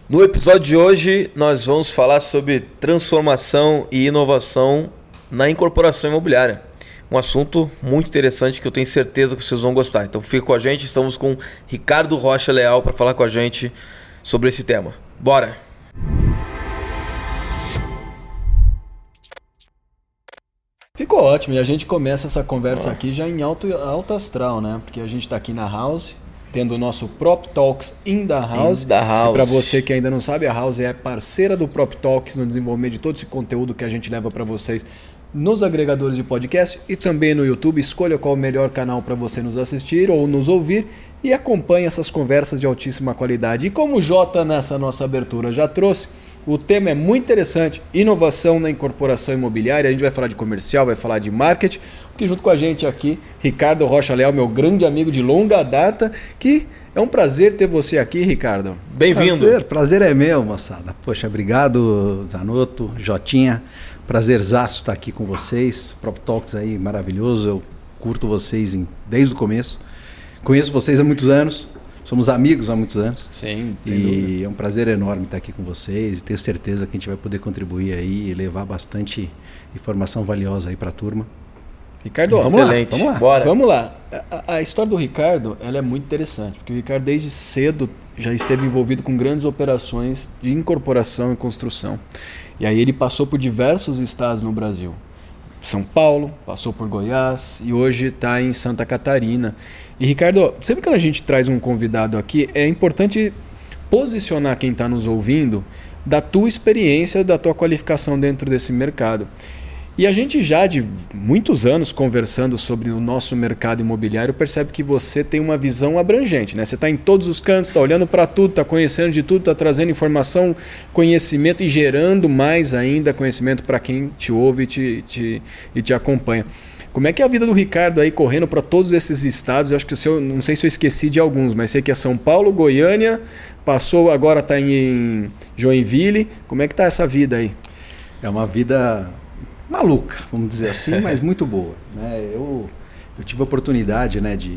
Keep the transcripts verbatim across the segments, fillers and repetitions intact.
No episódio de hoje, nós vamos falar sobre transformação e inovação na incorporação imobiliária. Um assunto muito interessante que eu tenho certeza que vocês vão gostar. Então fica com a gente, estamos com Ricardo Rocha Leal para falar com a gente sobre esse tema. Bora! Ficou ótimo, e a gente começa essa conversa aqui já em alto, alto astral, né? Porque a gente está aqui na House, tendo o nosso Prop Talks in the House. In the House. Para você que ainda não sabe, a House é parceira do Prop Talks no desenvolvimento de todo esse conteúdo que a gente leva para vocês nos agregadores de podcast e também no YouTube. Escolha qual o melhor canal para você nos assistir ou nos ouvir e acompanhe essas conversas de altíssima qualidade. E como o Jota nessa nossa abertura já trouxe, o tema é muito interessante, inovação na incorporação imobiliária. A gente vai falar de comercial, vai falar de marketing, porque junto com a gente aqui, Ricardo Rocha Leal, meu grande amigo de longa data, que é um prazer ter você aqui, Ricardo. Bem-vindo. Prazer, prazer é meu, moçada. Poxa, obrigado, Zanotto, Jotinha. Prazerzaço estar aqui com vocês. Prop Talks aí, maravilhoso. Eu curto vocês em, desde o começo. Conheço vocês há muitos anos. Somos amigos há muitos anos. Sim, sem e dúvida. É um prazer enorme estar aqui com vocês e tenho certeza que a gente vai poder contribuir aí e levar bastante informação valiosa aí para a turma. Ricardo, vamos excelente. lá, vamos lá. Bora. Vamos lá. A, a história do Ricardo, ela é muito interessante, porque o Ricardo desde cedo já esteve envolvido com grandes operações de incorporação e construção. E aí ele passou por diversos estados no Brasil. São Paulo, passou por Goiás e hoje está em Santa Catarina. E Ricardo, sempre que a gente traz um convidado aqui, é importante posicionar quem está nos ouvindo da tua experiência, da tua qualificação dentro desse mercado. E a gente já de muitos anos conversando sobre o nosso mercado imobiliário percebe que você tem uma visão abrangente, né? Você está em todos os cantos, está olhando para tudo, está conhecendo de tudo, está trazendo informação, conhecimento e gerando mais ainda conhecimento para quem te ouve e te, te, e te acompanha. Como é que é a vida do Ricardo aí correndo para todos esses estados? Eu acho que o seu, não sei se eu esqueci de alguns, mas sei que é São Paulo, Goiânia, passou, agora está em Joinville. Como é que está essa vida aí? É uma vida maluca, vamos dizer assim, mas muito boa, né? Eu, eu tive a oportunidade, né, de,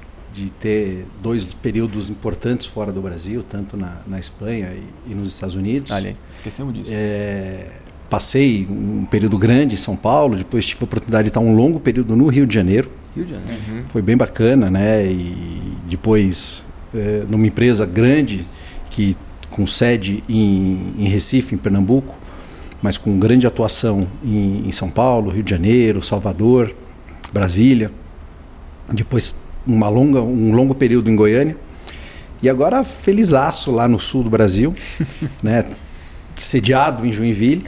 de ter dois períodos importantes fora do Brasil, tanto na, na Espanha e, e nos Estados Unidos. Ali, esquecemos disso. É, passei um período grande em São Paulo, depois tive a oportunidade de estar um longo período no Rio de Janeiro. Rio de Janeiro. Uhum. Foi bem bacana, né? E depois é, numa empresa grande que com sede em, em Recife, em Pernambuco, mas com grande atuação em, em São Paulo, Rio de Janeiro, Salvador, Brasília. Depois uma longa, um longo período em Goiânia. E agora felizaço lá no sul do Brasil, né? Sediado em Joinville,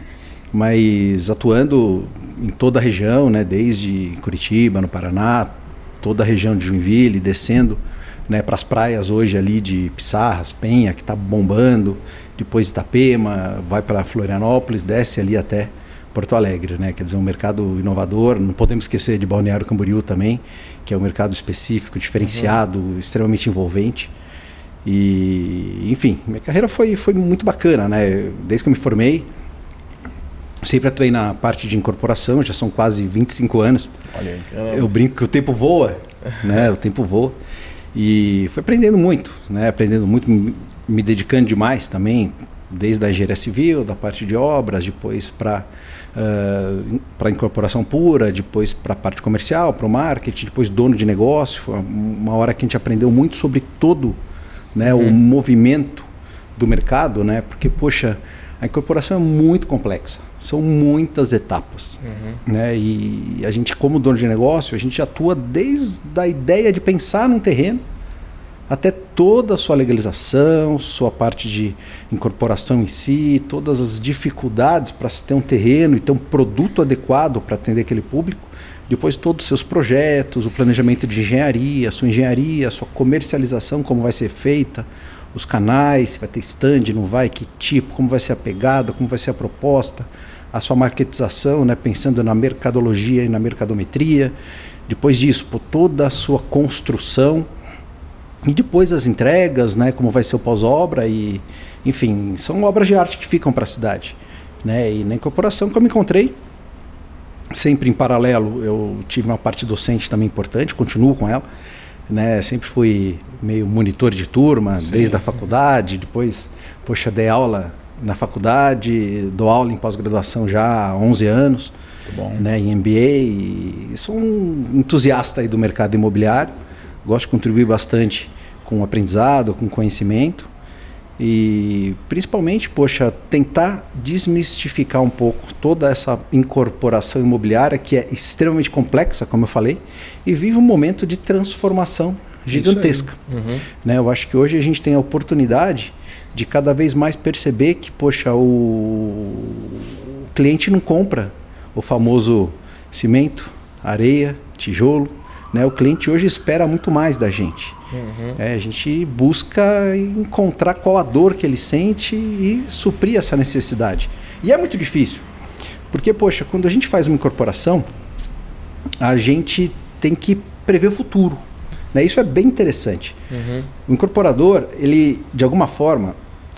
mas atuando em toda a região, né? Desde Curitiba, no Paraná, toda a região de Joinville, descendo, né, para as praias hoje ali de Pissarras, Penha, que está bombando, depois Itapema, vai para Florianópolis, desce ali até Porto Alegre, né? Quer dizer, um mercado inovador. Não podemos esquecer de Balneário Camboriú também, que é um mercado específico, diferenciado, uhum. extremamente envolvente. E, enfim, minha carreira foi, foi muito bacana, né? Desde que eu me formei, sempre atuei na parte de incorporação, já são quase vinte e cinco anos. Olha aí. Eu brinco que o tempo voa, né? O tempo voa. E fui aprendendo muito, né? Aprendendo muito, me dedicando demais também, desde a engenharia civil, da parte de obras, depois para uh, para incorporação pura, depois para a parte comercial, para o marketing, depois dono de negócio. Foi uma hora que a gente aprendeu muito sobre todo, né, uhum. o movimento do mercado, né? Porque, poxa, a incorporação é muito complexa, são muitas etapas, uhum. né? E a gente, como dono de negócio, a gente atua desde a ideia de pensar num terreno até toda a sua legalização, sua parte de incorporação em si, todas as dificuldades para se ter um terreno e ter um produto adequado para atender aquele público, depois todos os seus projetos, o planejamento de engenharia, a sua engenharia, a sua comercialização, como vai ser feita, os canais, se vai ter stand, não vai, que tipo, como vai ser a pegada, como vai ser a proposta, a sua marketização, né, pensando na mercadologia e na mercadometria, depois disso, por toda a sua construção e depois as entregas, né, como vai ser o pós-obra e, enfim, são obras de arte que ficam para a cidade, né, e na incorporação que eu me encontrei, sempre em paralelo, eu tive uma parte docente também importante, continuo com ela, né? Sempre fui meio monitor de turma, Sim. desde a faculdade, depois poxa, dei aula na faculdade, dou aula em pós-graduação já há onze anos, bom. Né, em M B A, e sou um entusiasta aí do mercado imobiliário, gosto de contribuir bastante com o aprendizado, com o conhecimento e principalmente, poxa, tentar desmistificar um pouco toda essa incorporação imobiliária que é extremamente complexa, como eu falei, e vive um momento de transformação gigantesca. Uhum. Né, eu acho que hoje a gente tem a oportunidade de cada vez mais perceber que, poxa, o, o cliente não compra o famoso cimento, areia, tijolo, né? O cliente hoje espera muito mais da gente. Uhum. É, a gente busca encontrar qual a dor que ele sente e suprir essa necessidade. E é muito difícil, porque, poxa, quando a gente faz uma incorporação, a gente tem que prever o futuro. Né? Isso é bem interessante. Uhum. O incorporador, ele, de alguma forma,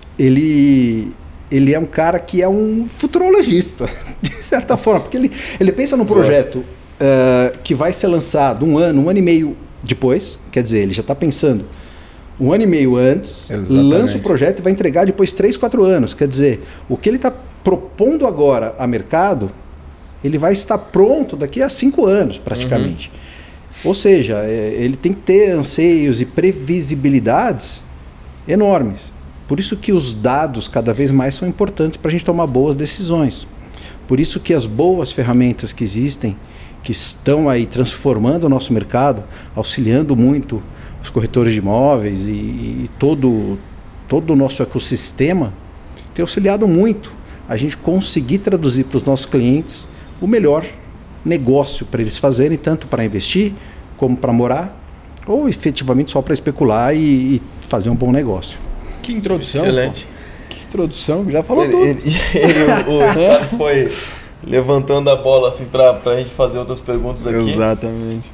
ele, ele é um cara que é um futurologista, de certa forma, porque ele, ele pensa num projeto uh, que vai ser lançado um ano, um ano e meio depois, quer dizer, ele já está pensando um ano e meio antes, exatamente, lança o projeto e vai entregar depois três, quatro anos. Quer dizer, o que ele está propondo agora a mercado, ele vai estar pronto daqui a cinco anos, praticamente. Uhum. Ou seja, ele tem que ter anseios e previsibilidades enormes. Por isso que os dados cada vez mais são importantes para a gente tomar boas decisões. Por isso que as boas ferramentas que existem, que estão aí transformando o nosso mercado, auxiliando muito os corretores de imóveis e, e todo, todo o nosso ecossistema, tem auxiliado muito a gente conseguir traduzir para os nossos clientes o melhor negócio para eles fazerem, tanto para investir como para morar, ou efetivamente só para especular e, e fazer um bom negócio. Que introdução. Excelente. Pô. Que introdução, já falou ele, tudo. Ele, ele, o Ricardo foi levantando a bola assim para a gente fazer outras perguntas aqui. Exatamente.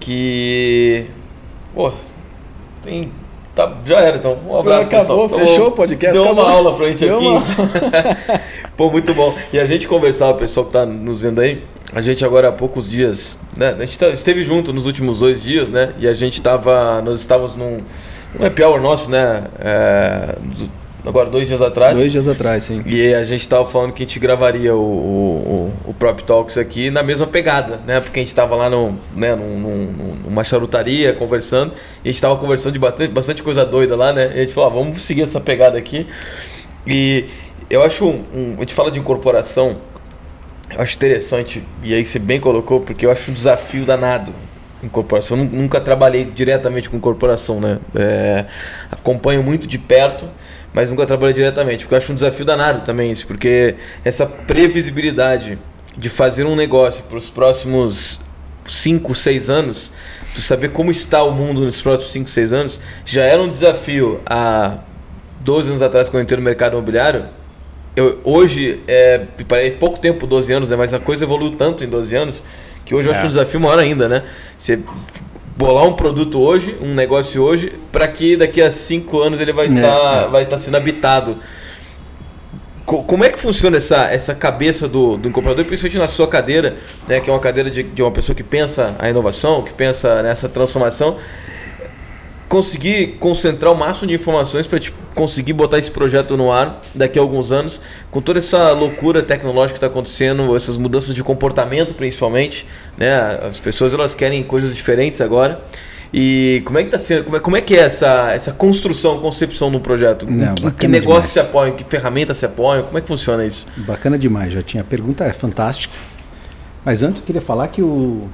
Que... Pô, tem... Tá, já era, então. Um abraço, acabou, pessoal. fechou o podcast. Deu acabou. uma aula pra gente Deu aqui. Pô, muito bom. E a gente conversava, o pessoal que tá nos vendo aí, a gente agora há poucos dias, né? A gente esteve junto nos últimos dois dias, né? E a gente tava, nós estávamos num, num happy hour nosso, né? É, agora dois dias atrás. Dois dias atrás, sim. E a gente estava falando que a gente gravaria o, o, o Prop Talks aqui na mesma pegada, né? Porque a gente estava lá no, né, num, num, numa charutaria conversando, e a gente estava conversando de bastante, bastante coisa doida lá, né? E a gente falou, ah, vamos seguir essa pegada aqui. E eu acho, um, um, a gente fala de incorporação, eu acho interessante, e aí você bem colocou, porque eu acho um desafio danado. Incorporação, eu nunca trabalhei diretamente com corporação, né? É, acompanho muito de perto, mas nunca trabalhei diretamente, porque eu acho um desafio danado também isso, porque essa previsibilidade de fazer um negócio para os próximos cinco, seis anos, tu saber como está o mundo nos próximos cinco, seis anos, já era um desafio há doze anos atrás, quando eu entrei no mercado imobiliário. Eu, hoje, é, parei pouco tempo, doze anos, né, mas a coisa evoluiu tanto em doze anos, que hoje eu acho é. um desafio maior ainda, né? Você bolar um produto hoje, um negócio hoje, para que daqui a cinco anos ele vai estar, é, é. vai estar sendo habitado. Como é que funciona essa, essa cabeça do, do incorporador, principalmente na sua cadeira, né, que é uma cadeira de, de uma pessoa que pensa a inovação, que pensa nessa transformação, conseguir concentrar o máximo de informações para conseguir botar esse projeto no ar daqui a alguns anos, com toda essa loucura tecnológica que está acontecendo, essas mudanças de comportamento principalmente, né? As pessoas elas querem coisas diferentes agora. E como é que está sendo? Como é, como é que é essa, essa construção, concepção do projeto? Não, que, que negócio se apoia? Que ferramenta se apoia? Como é que funciona isso? Bacana demais, já tinha. A pergunta é fantástica. Mas antes eu queria falar que o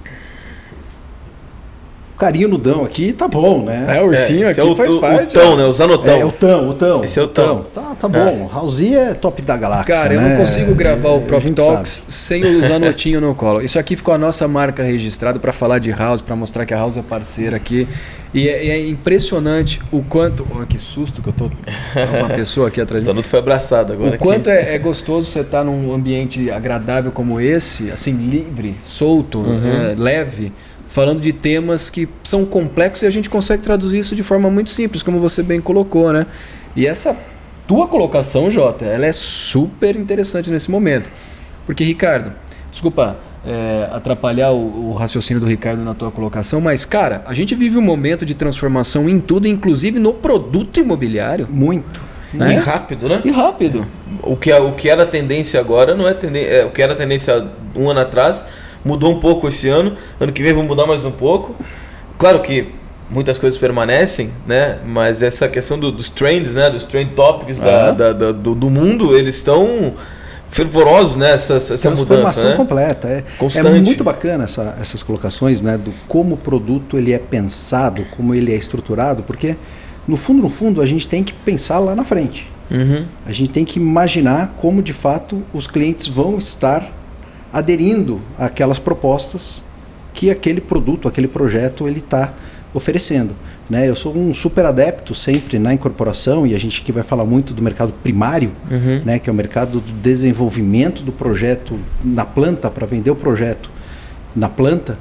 carinho no Dão aqui tá bom, né? É, o ursinho é, aqui é o, faz o, parte. O Tão, né? O Zanotão. É, o Tão, o Tão. Esse é o Tão. Tá, tá bom. É. Raulzi é top da galáxia, cara, eu né? não consigo gravar o Prop Talks sabe. sem o Zanotinho no colo. Isso aqui ficou a nossa marca registrada para falar de House, para mostrar que a House é parceira aqui. E é, é impressionante o quanto... Oh, que susto que eu tô... Uma pessoa aqui atrás. O Zanoto foi abraçado agora. O quanto é, é gostoso você estar num ambiente agradável como esse, assim, livre, solto, uhum. é, leve, falando de temas que são complexos e a gente consegue traduzir isso de forma muito simples, como você bem colocou, né? E essa tua colocação, Jota, ela é super interessante nesse momento. Porque, Ricardo, desculpa é, atrapalhar o, o raciocínio do Ricardo na tua colocação, mas, cara, a gente vive um momento de transformação em tudo, inclusive no produto imobiliário. Muito. Né? E rápido, né? E rápido. O que, o que era tendência agora não é tendência. É, o que era tendência um ano atrás mudou um pouco esse ano. Ano que vem vão mudar mais um pouco. Claro que muitas coisas permanecem, né? Mas essa questão do, dos trends, né? Dos trend topics ah. da, da, da, do, do mundo, eles estão fervorosos, né? Essa, essa transformação mudança, né? completa. É, é muito bacana essa, essas colocações, né? Do como o produto ele é pensado, como ele é estruturado, porque no fundo, no fundo, a gente tem que pensar lá na frente. Uhum. A gente tem que imaginar como de fato os clientes vão estar aderindo àquelas propostas que aquele produto, aquele projeto ele está oferecendo. Né? Eu sou um super adepto sempre na incorporação, e a gente aqui vai falar muito do mercado primário, uhum. né? Que é o mercado do desenvolvimento do projeto na planta, para vender o projeto na planta.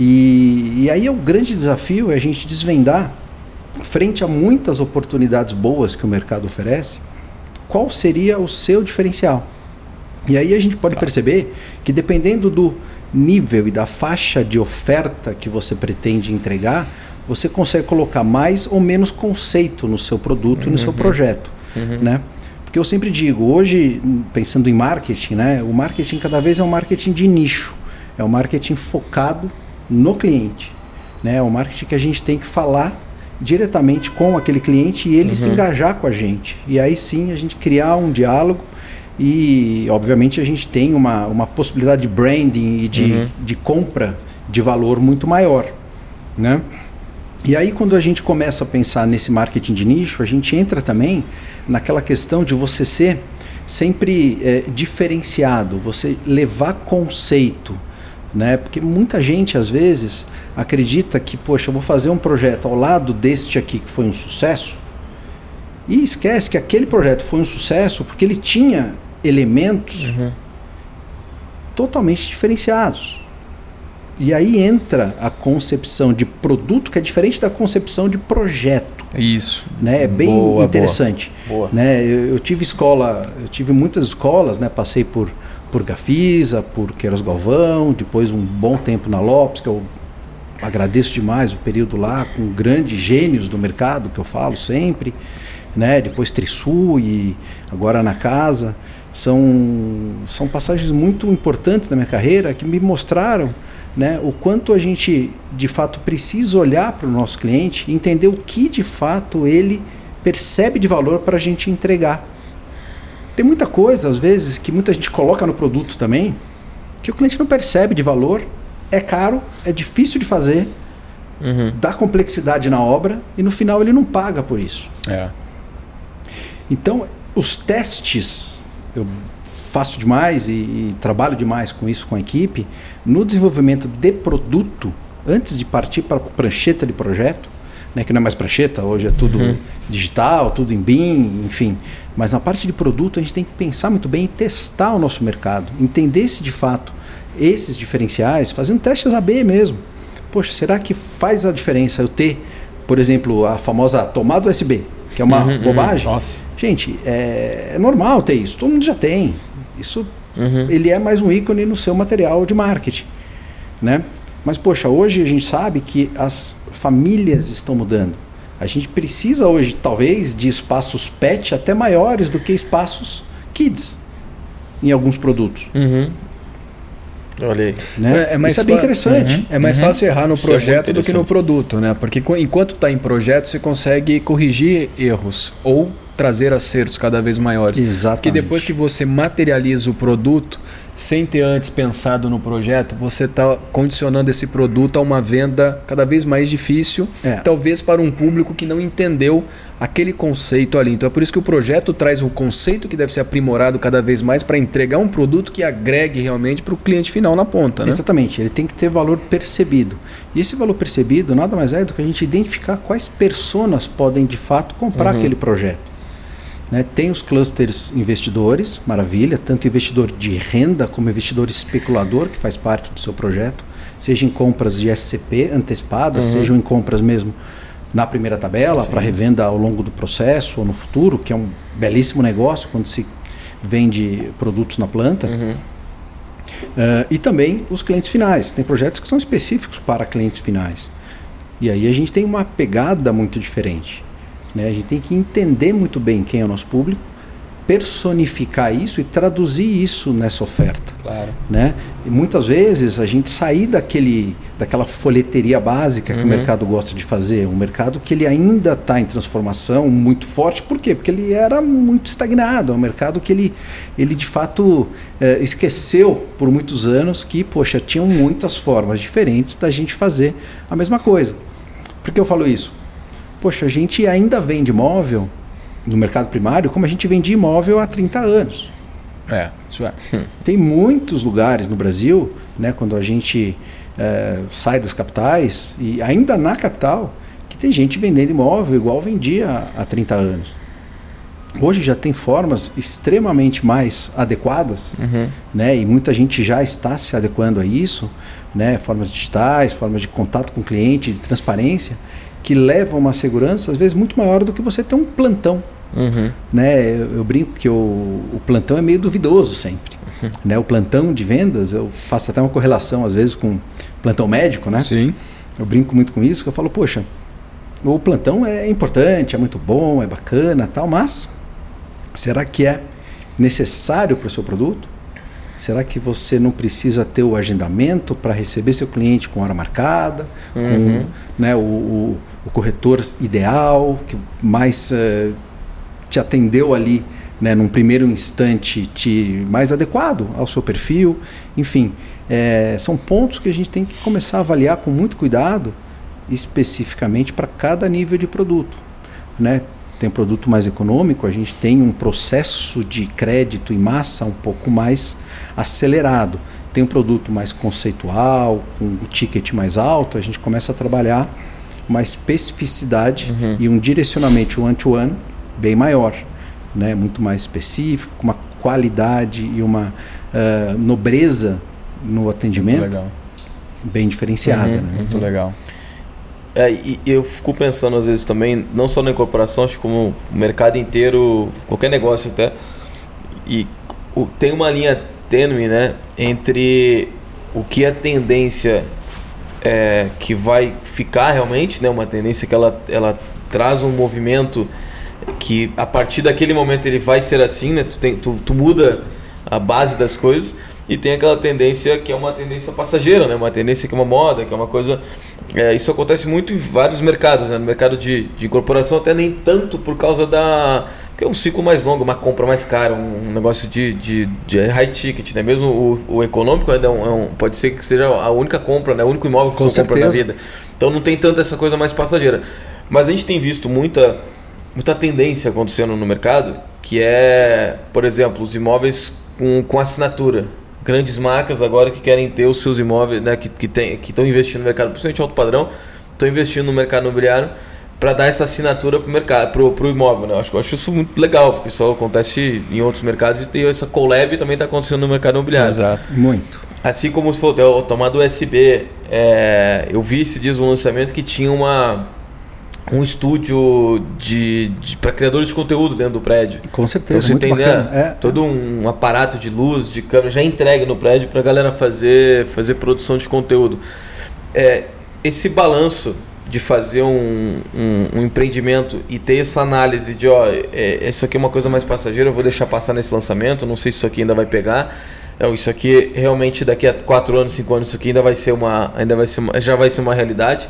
E, e aí é o grande desafio é a gente desvendar, frente a muitas oportunidades boas que o mercado oferece, qual seria o seu diferencial. E aí a gente pode tá. perceber que dependendo do nível e da faixa de oferta que você pretende entregar, você consegue colocar mais ou menos conceito no seu produto uhum. e no seu projeto. Uhum. Né? Porque eu sempre digo, hoje, pensando em marketing, né, o marketing cada vez é um marketing de nicho, é um marketing focado no cliente. Né? É um marketing que a gente tem que falar diretamente com aquele cliente e ele uhum. se engajar com a gente. E aí sim a gente criar um diálogo e, obviamente, a gente tem uma, uma possibilidade de branding e de, uhum. de compra de valor muito maior. Né? E aí, quando a gente começa a pensar nesse marketing de nicho, a gente entra também naquela questão de você ser sempre é, diferenciado, você levar conceito. Né? Porque muita gente, às vezes, acredita que, poxa, eu vou fazer um projeto ao lado deste aqui que foi um sucesso, e esquece que aquele projeto foi um sucesso porque ele tinha elementos uhum. totalmente diferenciados. E aí entra a concepção de produto, que é diferente da concepção de projeto. Isso. Né? É bem boa, interessante. Boa. Boa. Né? Eu, eu tive escola, eu tive muitas escolas, né? Passei por, por Gafisa, por Queiroz Galvão, depois um bom tempo na Lopes, que eu agradeço demais o período lá, com grandes gênios do mercado, que eu falo sempre. Né? Depois Trisul e agora na Casa. São, são passagens muito importantes na minha carreira que me mostraram, né, o quanto a gente de fato precisa olhar para o nosso cliente e entender o que de fato ele percebe de valor para a gente entregar. Tem muita coisa, às vezes, que muita gente coloca no produto também, que o cliente não percebe de valor, é caro, é difícil de fazer, uhum. dá complexidade na obra e no final ele não paga por isso. É. Então, os testes, eu faço demais e, e trabalho demais com isso com a equipe, no desenvolvimento de produto, antes de partir para a prancheta de projeto, né, que não é mais prancheta, hoje é tudo uhum. digital, tudo em B I M, enfim. Mas na parte de produto a gente tem que pensar muito bem e testar o nosso mercado, entender se de fato esses diferenciais, fazendo testes A B mesmo. Poxa, será que faz a diferença eu ter, por exemplo, a famosa tomada U S B, que é uma uhum, bobagem? Uhum. Nossa. Gente, é, é normal ter isso, todo mundo já tem. Isso, uhum. ele é mais um ícone no seu material de marketing, né? Mas, poxa, hoje a gente sabe que as famílias estão mudando. A gente precisa hoje, talvez, de espaços pet até maiores do que espaços kids em alguns produtos. Uhum. Olha aí. Né? É, é mais Isso é bem interessante. Uhum. É mais uhum. fácil errar no Isso projeto é do que no produto, né? Porque enquanto está em projeto, você consegue corrigir erros ou trazer acertos cada vez maiores. Exatamente. Porque depois que você materializa o produto, sem ter antes pensado no projeto, você está condicionando esse produto a uma venda cada vez mais difícil, é. talvez para um público que não entendeu aquele conceito ali. Então é por isso que o projeto traz um conceito que deve ser aprimorado cada vez mais para entregar um produto que agregue realmente para o cliente final na ponta. Né? Exatamente, ele tem que ter valor percebido. E esse valor percebido nada mais é do que a gente identificar quais personas podem de fato comprar uhum. aquele projeto. Né? Tem os clusters investidores, maravilha, tanto investidor de renda como investidor especulador, que faz parte do seu projeto, seja em compras de S C P antecipadas, uhum. sejam em compras mesmo na primeira tabela, para revenda ao longo do processo ou no futuro, que é um belíssimo negócio quando se vende produtos na planta. Uhum. Uh, e também os clientes finais. Tem projetos que são específicos para clientes finais. E aí a gente tem uma pegada muito diferente. né? A gente tem que entender muito bem quem é o nosso público, personificar isso e traduzir isso nessa oferta. Claro. Né? E muitas vezes a gente sair daquele, daquela folheteria básica que uhum. o mercado gosta de fazer, um mercado que ele ainda está em transformação muito forte. Por quê? Porque ele era muito estagnado, é um mercado que ele, ele de fato é, esqueceu por muitos anos que, poxa, tinham muitas formas diferentes da gente fazer a mesma coisa. Por que eu falo isso? Poxa, a gente ainda vende imóvel no mercado primário como a gente vendia imóvel há trinta anos. É, isso é. Tem muitos lugares no Brasil, né, quando a gente é, sai das capitais, e ainda na capital, que tem gente vendendo imóvel igual vendia há trinta anos. Hoje já tem formas extremamente mais adequadas, uhum. né, e muita gente já está se adequando a isso, né, formas digitais, formas de contato com o cliente, de transparência, que levam uma segurança, às vezes, muito maior do que você ter um plantão. Uhum. Né? Eu, eu brinco que o, o plantão é meio duvidoso sempre. Uhum. Né? O plantão de vendas, eu faço até uma correlação, às vezes, com plantão médico. Né? Sim. Eu brinco muito com isso, que eu falo, poxa, o plantão é importante, é muito bom, é bacana, tal, mas será que é necessário para o seu produto? Será que você não precisa ter o agendamento para receber seu cliente com hora marcada, uhum. com né, o, o, o corretor ideal, que mais uh, te atendeu ali, né, num primeiro instante te, mais adequado ao seu perfil? Enfim, é, são pontos que a gente tem que começar a avaliar com muito cuidado, especificamente para cada nível de produto. Né? Tem um produto mais econômico, a gente tem um processo de crédito em massa um pouco mais acelerado. Tem um produto mais conceitual, com um ticket mais alto, a gente começa a trabalhar uma especificidade uhum. e um direcionamento one-to-one bem maior, né? Muito mais específico, com uma qualidade e uma uh, nobreza no atendimento bem diferenciada. Uhum, né? Muito uhum. legal. É, e eu fico pensando às vezes também, não só na incorporação, acho que como o mercado inteiro, qualquer negócio até, e o, tem uma linha tênue, né, entre o que é tendência é, que vai ficar realmente, né, uma tendência que ela, ela traz um movimento que a partir daquele momento ele vai ser assim, né, tu, tem, tu, tu muda a base das coisas, e tem aquela tendência que é uma tendência passageira, né? Uma tendência que é uma moda, que é uma coisa... É, isso acontece muito em vários mercados, né? No mercado de, de incorporação até nem tanto por causa da... Porque é um ciclo mais longo, uma compra mais cara, um negócio de, de, de high ticket, né? Mesmo o, o econômico ainda é um, é um, pode ser que seja a única compra, né? O único imóvel que Com você compra na vida. Então não tem tanto essa coisa mais passageira. Mas a gente tem visto muita, muita tendência acontecendo no mercado, que é, por exemplo, os imóveis com, com assinatura. Grandes marcas agora que querem ter os seus imóveis, né, que que tem, que estão investindo no mercado, principalmente alto padrão, estão investindo no mercado imobiliário para dar essa assinatura para o mercado, pro, pro imóvel, né? Eu acho, eu acho isso muito legal, porque isso acontece em outros mercados e essa collab também está acontecendo no mercado imobiliário. Exato. Muito. Assim como se for o tomado U S B, é, eu vi esse dia um lançamento que tinha uma um estúdio de, de para criadores de conteúdo dentro do prédio. Com certeza, então, você muito tem, bacana. né, é, todo é. um aparato de luz, de câmera já entregue no prédio para a galera fazer, fazer produção de conteúdo. É, esse balanço de fazer um, um, um empreendimento e ter essa análise de, ó, é, isso aqui é uma coisa mais passageira, eu vou deixar passar nesse lançamento, não sei se isso aqui ainda vai pegar. Não, isso aqui realmente daqui a quatro anos, cinco anos, isso aqui ainda vai ser uma, ainda vai ser uma, já vai ser uma realidade.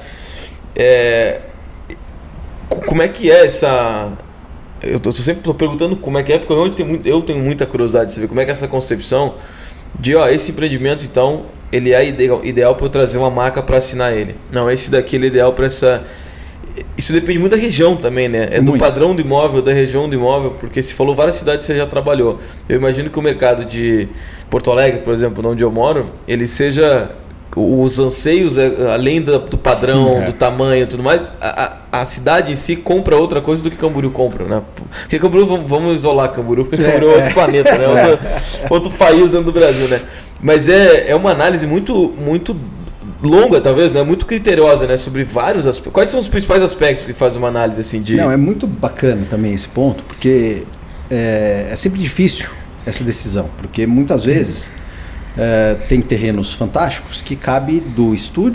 É, como é que é essa... Eu tô, sempre tô perguntando como é que é, porque eu tenho, muito, eu tenho muita curiosidade de saber como é que é essa concepção de, ó, esse empreendimento, então, ele é ideal, ideal para eu trazer uma marca para assinar ele. Não, esse daqui ele é ideal para essa... Isso depende muito da região também, né? É muito. Do padrão do imóvel, da região do imóvel, porque se falou várias cidades você já trabalhou. Eu imagino que o mercado de Porto Alegre, por exemplo, onde eu moro, ele seja... Os anseios, além do, do padrão, é. do tamanho e tudo mais, a, a cidade em si compra outra coisa do que Camboriú compra, né? Porque Camboriú, vamos, vamos isolar Camboriú, porque Camboriú é, é outro planeta, né? É. Outro, outro país dentro do Brasil, né? Mas é, é uma análise muito, muito longa, talvez, né? Muito criteriosa, né? Sobre vários aspectos. Quais são os principais aspectos que faz uma análise assim de... Não, é muito bacana também esse ponto, porque é, é sempre difícil essa decisão, porque muitas vezes... Uh, tem terrenos fantásticos que cabe do estúdio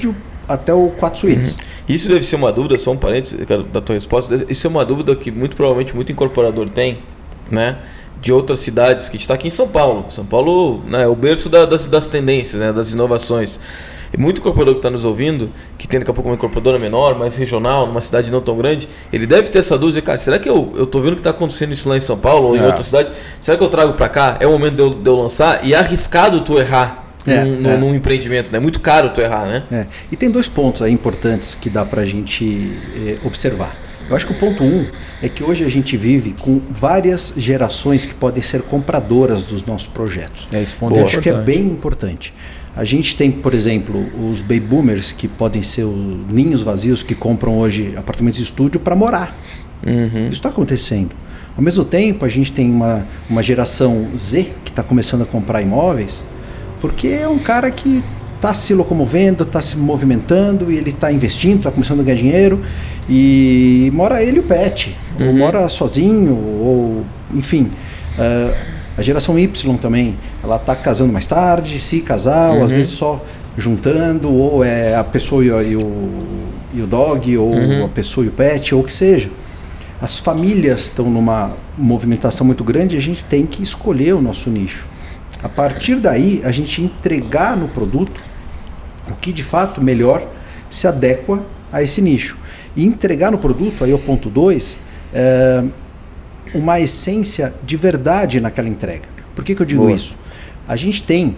até o quatro suítes. Uhum. Isso deve ser uma dúvida, só um parênteses da tua resposta, isso é uma dúvida que muito provavelmente muito incorporador tem, né? De outras cidades, que a gente está aqui em São Paulo. São Paulo, né, é o berço da, das, das tendências, né, das inovações. E muito incorporador que está nos ouvindo, que tem daqui a pouco uma incorporadora menor, mais regional, numa cidade não tão grande, ele deve ter essa dúvida, cara, será que eu, eu tô vendo que está acontecendo isso lá em São Paulo ou é. em outra cidade? Será que eu trago para cá? É o momento de eu, de eu lançar? E é arriscado tu errar. É, num, é. num empreendimento, né? É muito caro tu errar, né? É. E tem dois pontos aí importantes que dá pra gente eh, observar. Eu acho que o ponto um é que hoje a gente vive com várias gerações que podem ser compradoras dos nossos projetos. É, esse ponto Boa. é acho que é bem importante. A gente tem, por exemplo, os baby boomers, que podem ser os ninhos vazios, que compram hoje apartamentos de estúdio para morar. Uhum. Isso está acontecendo. Ao mesmo tempo, a gente tem uma, uma geração Z que está começando a comprar imóveis, porque é um cara que está se locomovendo, está se movimentando e ele está investindo, está começando a ganhar dinheiro e mora ele e o pet, uhum. ou mora sozinho, ou enfim. Uh, a geração Y também, ela está casando mais tarde, se casar, uhum. ou às vezes só juntando, ou é a pessoa e o, e o, e o dog, ou uhum. a pessoa e o pet, ou o que seja. As famílias estão numa movimentação muito grande e a gente tem que escolher o nosso nicho. A partir daí, a gente entregar no produto o que de fato melhor se adequa a esse nicho. E entregar no produto, aí é o ponto dois, é uma essência de verdade naquela entrega. Por que que eu digo Boa. isso? A gente tem,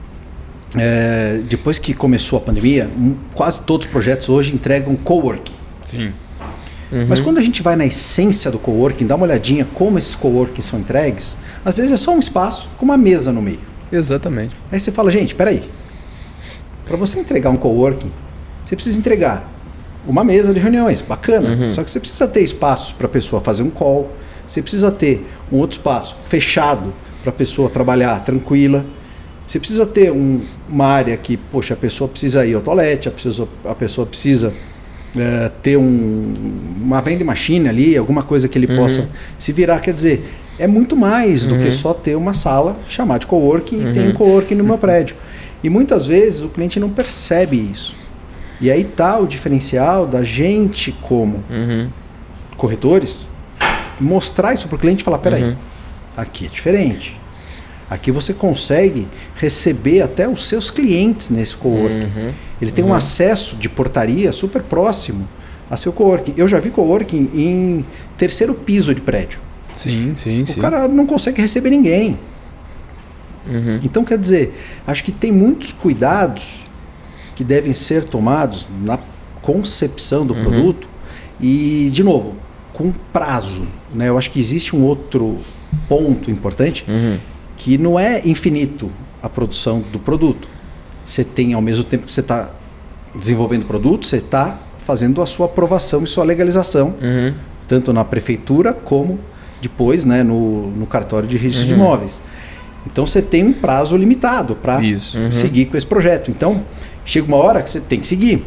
é, depois que começou a pandemia, um, quase todos os projetos hoje entregam coworking. Sim. Uhum. Mas quando a gente vai na essência do coworking, dá uma olhadinha como esses coworking são entregues, às vezes é só um espaço com uma mesa no meio. Exatamente. Aí você fala, gente, peraí, para você entregar um coworking, você precisa entregar uma mesa de reuniões, bacana, uhum. só que você precisa ter espaços para a pessoa fazer um call, você precisa ter um outro espaço fechado para a pessoa trabalhar tranquila, você precisa ter um, uma área que, poxa, a pessoa precisa ir ao toalete, a pessoa, a pessoa precisa... É, ter um, uma vending machine ali, alguma coisa que ele uhum. possa se virar. Quer dizer, é muito mais do uhum. que só ter uma sala chamada de coworking uhum. e tem um coworking no meu prédio. E muitas vezes o cliente não percebe isso. E aí está o diferencial da gente como uhum. corretores mostrar isso para o cliente e falar, peraí, uhum. aqui é diferente. Aqui você consegue receber até os seus clientes nesse coworking. Uhum. Ele tem uhum. um acesso de portaria super próximo a seu coworking. Eu já vi coworking em terceiro piso de prédio. Sim, sim, o sim. O cara não consegue receber ninguém. Uhum. Então, quer dizer, acho que tem muitos cuidados que devem ser tomados na concepção do uhum. produto e, de novo, com prazo. Né? Eu acho que existe um outro ponto importante uhum. que não é infinito a produção do produto. Você tem, ao mesmo tempo que você está desenvolvendo o produto, você está fazendo a sua aprovação e sua legalização, uhum. tanto na prefeitura como depois, né, no, no cartório de registro uhum. de imóveis. Então você tem um prazo limitado para uhum. seguir com esse projeto. Então chega uma hora que você tem que seguir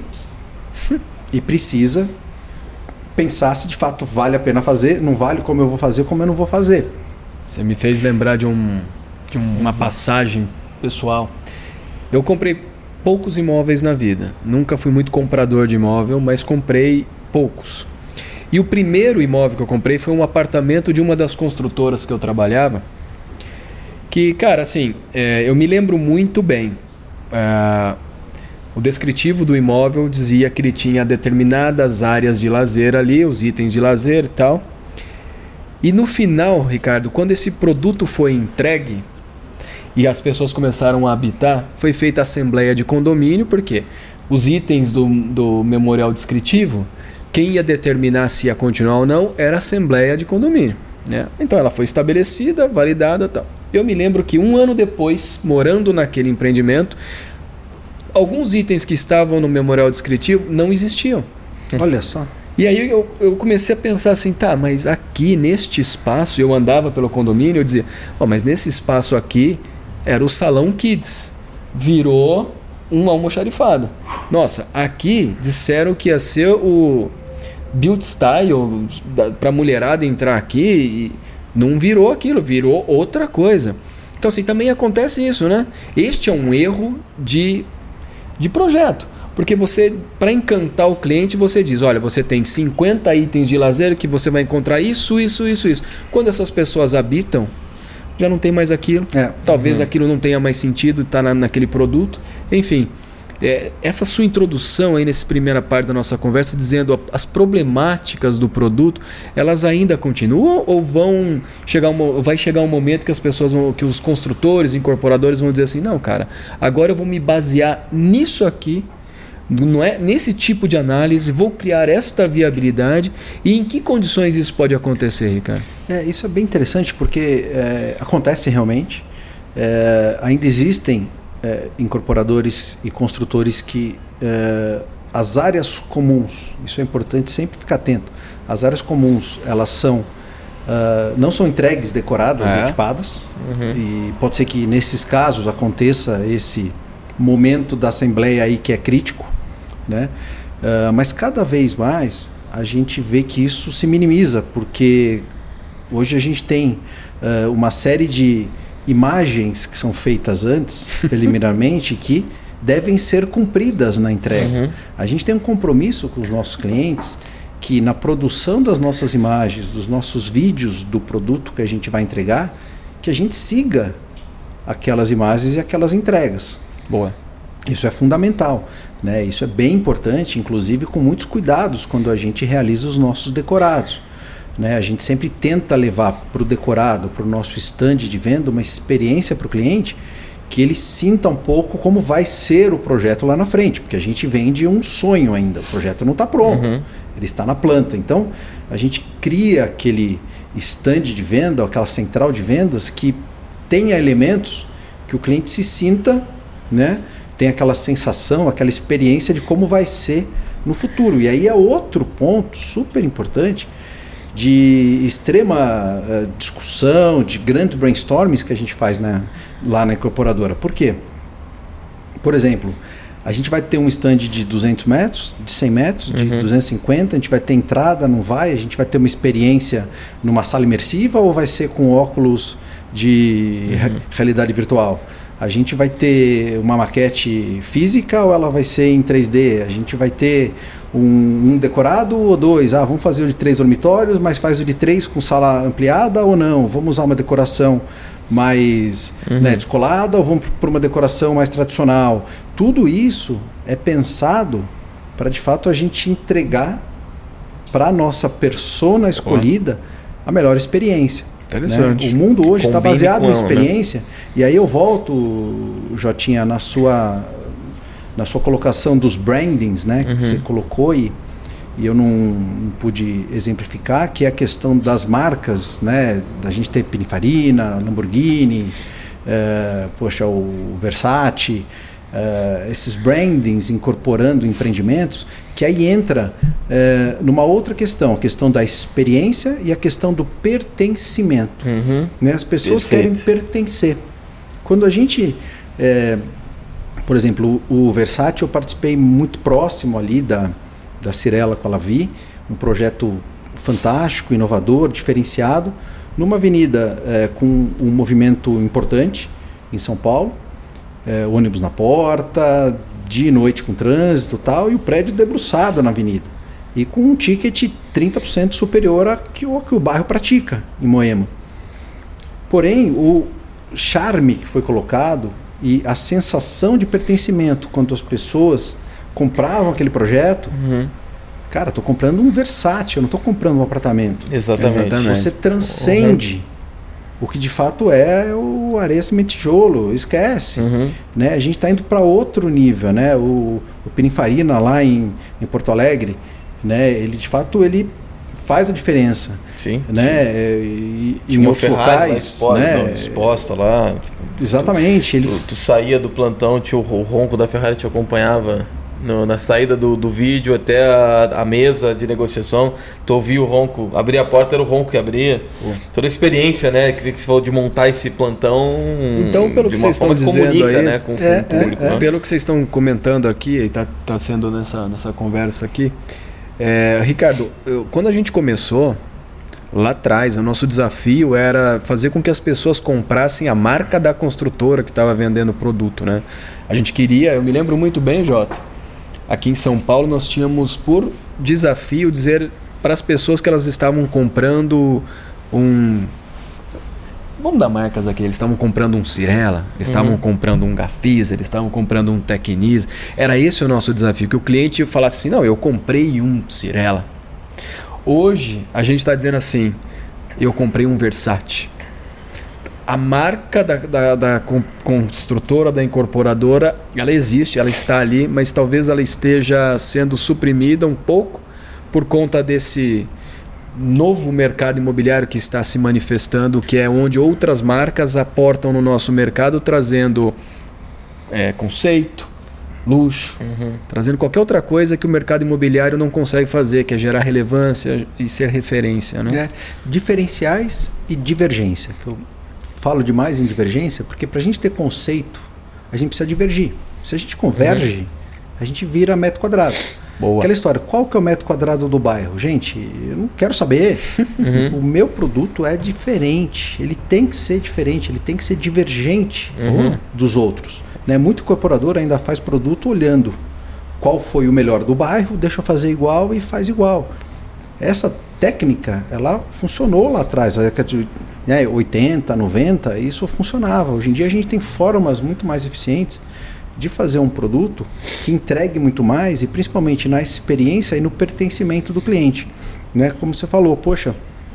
e precisa pensar se de fato vale a pena fazer, não vale, como eu vou fazer, como eu não vou fazer. Você me fez lembrar de, um, de uma passagem pessoal. Eu comprei poucos imóveis na vida. Nunca fui muito comprador de imóvel, mas comprei poucos. E o primeiro imóvel que eu comprei foi um apartamento de uma das construtoras que eu trabalhava. Que, cara, assim, é, eu me lembro muito bem. É, o descritivo do imóvel dizia que ele tinha determinadas áreas de lazer ali, os itens de lazer e tal. E no final, Ricardo, quando esse produto foi entregue e as pessoas começaram a habitar, foi feita a assembleia de condomínio, porque os itens do, do memorial descritivo, quem ia determinar se ia continuar ou não era a assembleia de condomínio. Né? Então ela foi estabelecida, validada e tal. Eu me lembro que um ano depois, morando naquele empreendimento, alguns itens que estavam no memorial descritivo não existiam. Olha só. E aí eu, eu comecei a pensar assim, tá, mas aqui neste espaço, eu andava pelo condomínio, eu dizia, ó, oh, mas nesse espaço aqui era o salão Kids, virou um almoxarifado. Nossa, aqui disseram que ia ser o build style para mulherada entrar aqui e não virou aquilo, virou outra coisa. Então assim, também acontece isso, né? Este é um erro de, de projeto. Porque você, para encantar o cliente, você diz, olha, você tem cinquenta itens de lazer que você vai encontrar isso, isso, isso, isso. Quando essas pessoas habitam, já não tem mais aquilo. É. Talvez uhum. aquilo não tenha mais sentido, está na, naquele produto. Enfim, é, essa sua introdução aí nessa primeira parte da nossa conversa, dizendo as problemáticas do produto, elas ainda continuam ou vão chegar um, vai chegar um momento que as pessoas vão, que os construtores, incorporadores vão dizer assim, não, cara, agora eu vou me basear nisso aqui, não é, nesse tipo de análise, vou criar esta viabilidade. E em que condições isso pode acontecer, Ricardo? É, isso é bem interessante porque é, acontece realmente. É, ainda existem é, incorporadores e construtores que é, as áreas comuns, isso é importante sempre ficar atento, as áreas comuns elas são uh, não são entregues decoradas, é. equipadas, uhum. e pode ser que nesses casos aconteça esse momento da assembleia aí que é crítico, né? Uh, mas cada vez mais a gente vê que isso se minimiza, porque hoje a gente tem uh, uma série de imagens que são feitas antes, preliminarmente, que devem ser cumpridas na entrega. Uhum. A gente tem um compromisso com os nossos clientes que na produção das nossas imagens, dos nossos vídeos do produto que a gente vai entregar, que a gente siga aquelas imagens e aquelas entregas. Boa. Isso é fundamental, né? Isso é bem importante, inclusive com muitos cuidados quando a gente realiza os nossos decorados, né? A gente sempre tenta levar para o decorado, para o nosso stand de venda, uma experiência para o cliente que ele sinta um pouco como vai ser o projeto lá na frente, porque a gente vende um sonho ainda, o projeto não está pronto, uhum. ele está na planta. Então a gente cria aquele stand de venda, aquela central de vendas que tenha elementos que o cliente se sinta, né? Tem aquela sensação, aquela experiência de como vai ser no futuro. E aí é outro ponto super importante de extrema uh, discussão, de grandes brainstormings que a gente faz na, lá na incorporadora. Por quê? Por exemplo, a gente vai ter um stand de duzentos metros, de cem metros, de uhum. duzentos e cinquenta, a gente vai ter entrada, não vai? A gente vai ter uma experiência numa sala imersiva ou vai ser com óculos de uhum. realidade virtual? A gente vai ter uma maquete física ou ela vai ser em três D? A gente vai ter um, um decorado ou dois? Ah, vamos fazer o de três dormitórios, mas faz o de três com sala ampliada ou não? Vamos usar uma decoração mais uhum. né, descolada ou vamos para uma decoração mais tradicional? Tudo isso é pensado para, de fato, a gente entregar para a nossa persona escolhida a melhor experiência. Interessante. Né? O mundo hoje está baseado em experiência, né? E aí eu volto, Jotinha, na sua, na sua colocação dos brandings, né? Uhum. Que você colocou e, e eu não, não pude exemplificar, que é a questão das marcas, né? Da gente ter Pininfarina, Lamborghini, é, poxa, o Versace, é, esses brandings incorporando empreendimentos, que aí entra é, numa outra questão, a questão da experiência e a questão do pertencimento. Uhum. Né? As pessoas Perfeito. querem pertencer. Quando a gente, é, por exemplo, o, o Versace, eu participei muito próximo ali da, da Cirela com a Lavi, um projeto fantástico, inovador, diferenciado, numa avenida é, com um movimento importante em São Paulo, é, ônibus na porta, dia e noite com trânsito e tal, e o prédio debruçado na avenida. E com um ticket trinta por cento superior a que o que o bairro pratica em Moema. Porém, o charme que foi colocado e a sensação de pertencimento quando as pessoas compravam aquele projeto, uhum. cara, estou comprando um Versace, eu não estou comprando um apartamento. Exatamente. Exatamente. Você transcende uhum. o que de fato é o areia, cimento e tijolo, esquece. Uhum. Né? A gente está indo para outro nível. Né? O, o Pininfarina lá em, em Porto Alegre, né? Ele de fato ele faz a diferença. Sim. Né? Sim. E, em outros locais. Exposta, né? Não, exposta lá. Exatamente. Tu, ele... tu, tu saía do plantão, tinha o, o ronco da Ferrari te acompanhava. No, na saída do, do vídeo até a, a mesa de negociação, tu ouvia o ronco, abria a porta, era o ronco que abria. Pô. Toda a experiência, né, que, que você falou de montar esse plantão. Então, pelo que vocês estão dizendo comunica, aí, né, com, é, com o público. É, é. Né? Pelo que vocês estão comentando aqui, e está tá sendo nessa, nessa conversa aqui, é, Ricardo, eu, quando a gente começou lá atrás, o nosso desafio era fazer com que as pessoas comprassem a marca da construtora que estava vendendo o produto, né? A gente queria, eu me lembro muito bem, Jota, aqui em São Paulo nós tínhamos por desafio dizer para as pessoas que elas estavam comprando um... Vamos dar marcas aqui. Eles estavam comprando um Cirela, eles estavam uhum. comprando um Gafisa, eles estavam comprando um Tecnisa. Era esse o nosso desafio, que o cliente falasse assim, não, eu comprei um Cirela. Hoje, a gente está dizendo assim, eu comprei um Versace. A marca da, da, da construtora, da incorporadora, ela existe, ela está ali, mas talvez ela esteja sendo suprimida um pouco por conta desse novo mercado imobiliário que está se manifestando, que é onde outras marcas aportam no nosso mercado, trazendo é, conceito, luxo, uhum. trazendo qualquer outra coisa que o mercado imobiliário não consegue fazer, que é gerar relevância e ser referência. Né? É, diferenciais e divergência. Que eu falo demais em divergência, porque para a gente ter conceito, a gente precisa divergir. Se a gente converge, uhum. a gente vira metro quadrado. Boa. Aquela história, qual que é o metro quadrado do bairro? Gente, eu não quero saber. Uhum. O meu produto é diferente. Ele tem que ser diferente, ele tem que ser divergente uhum. dos outros. Né? Muito incorporador ainda faz produto olhando qual foi o melhor do bairro, deixa eu fazer igual e faz igual. Essa técnica, ela funcionou lá atrás, né, oitenta, noventa, isso funcionava. Hoje em dia a gente tem formas muito mais eficientes de fazer um produto que entregue muito mais e principalmente na experiência e no pertencimento do cliente. Né? Como você falou, poxa,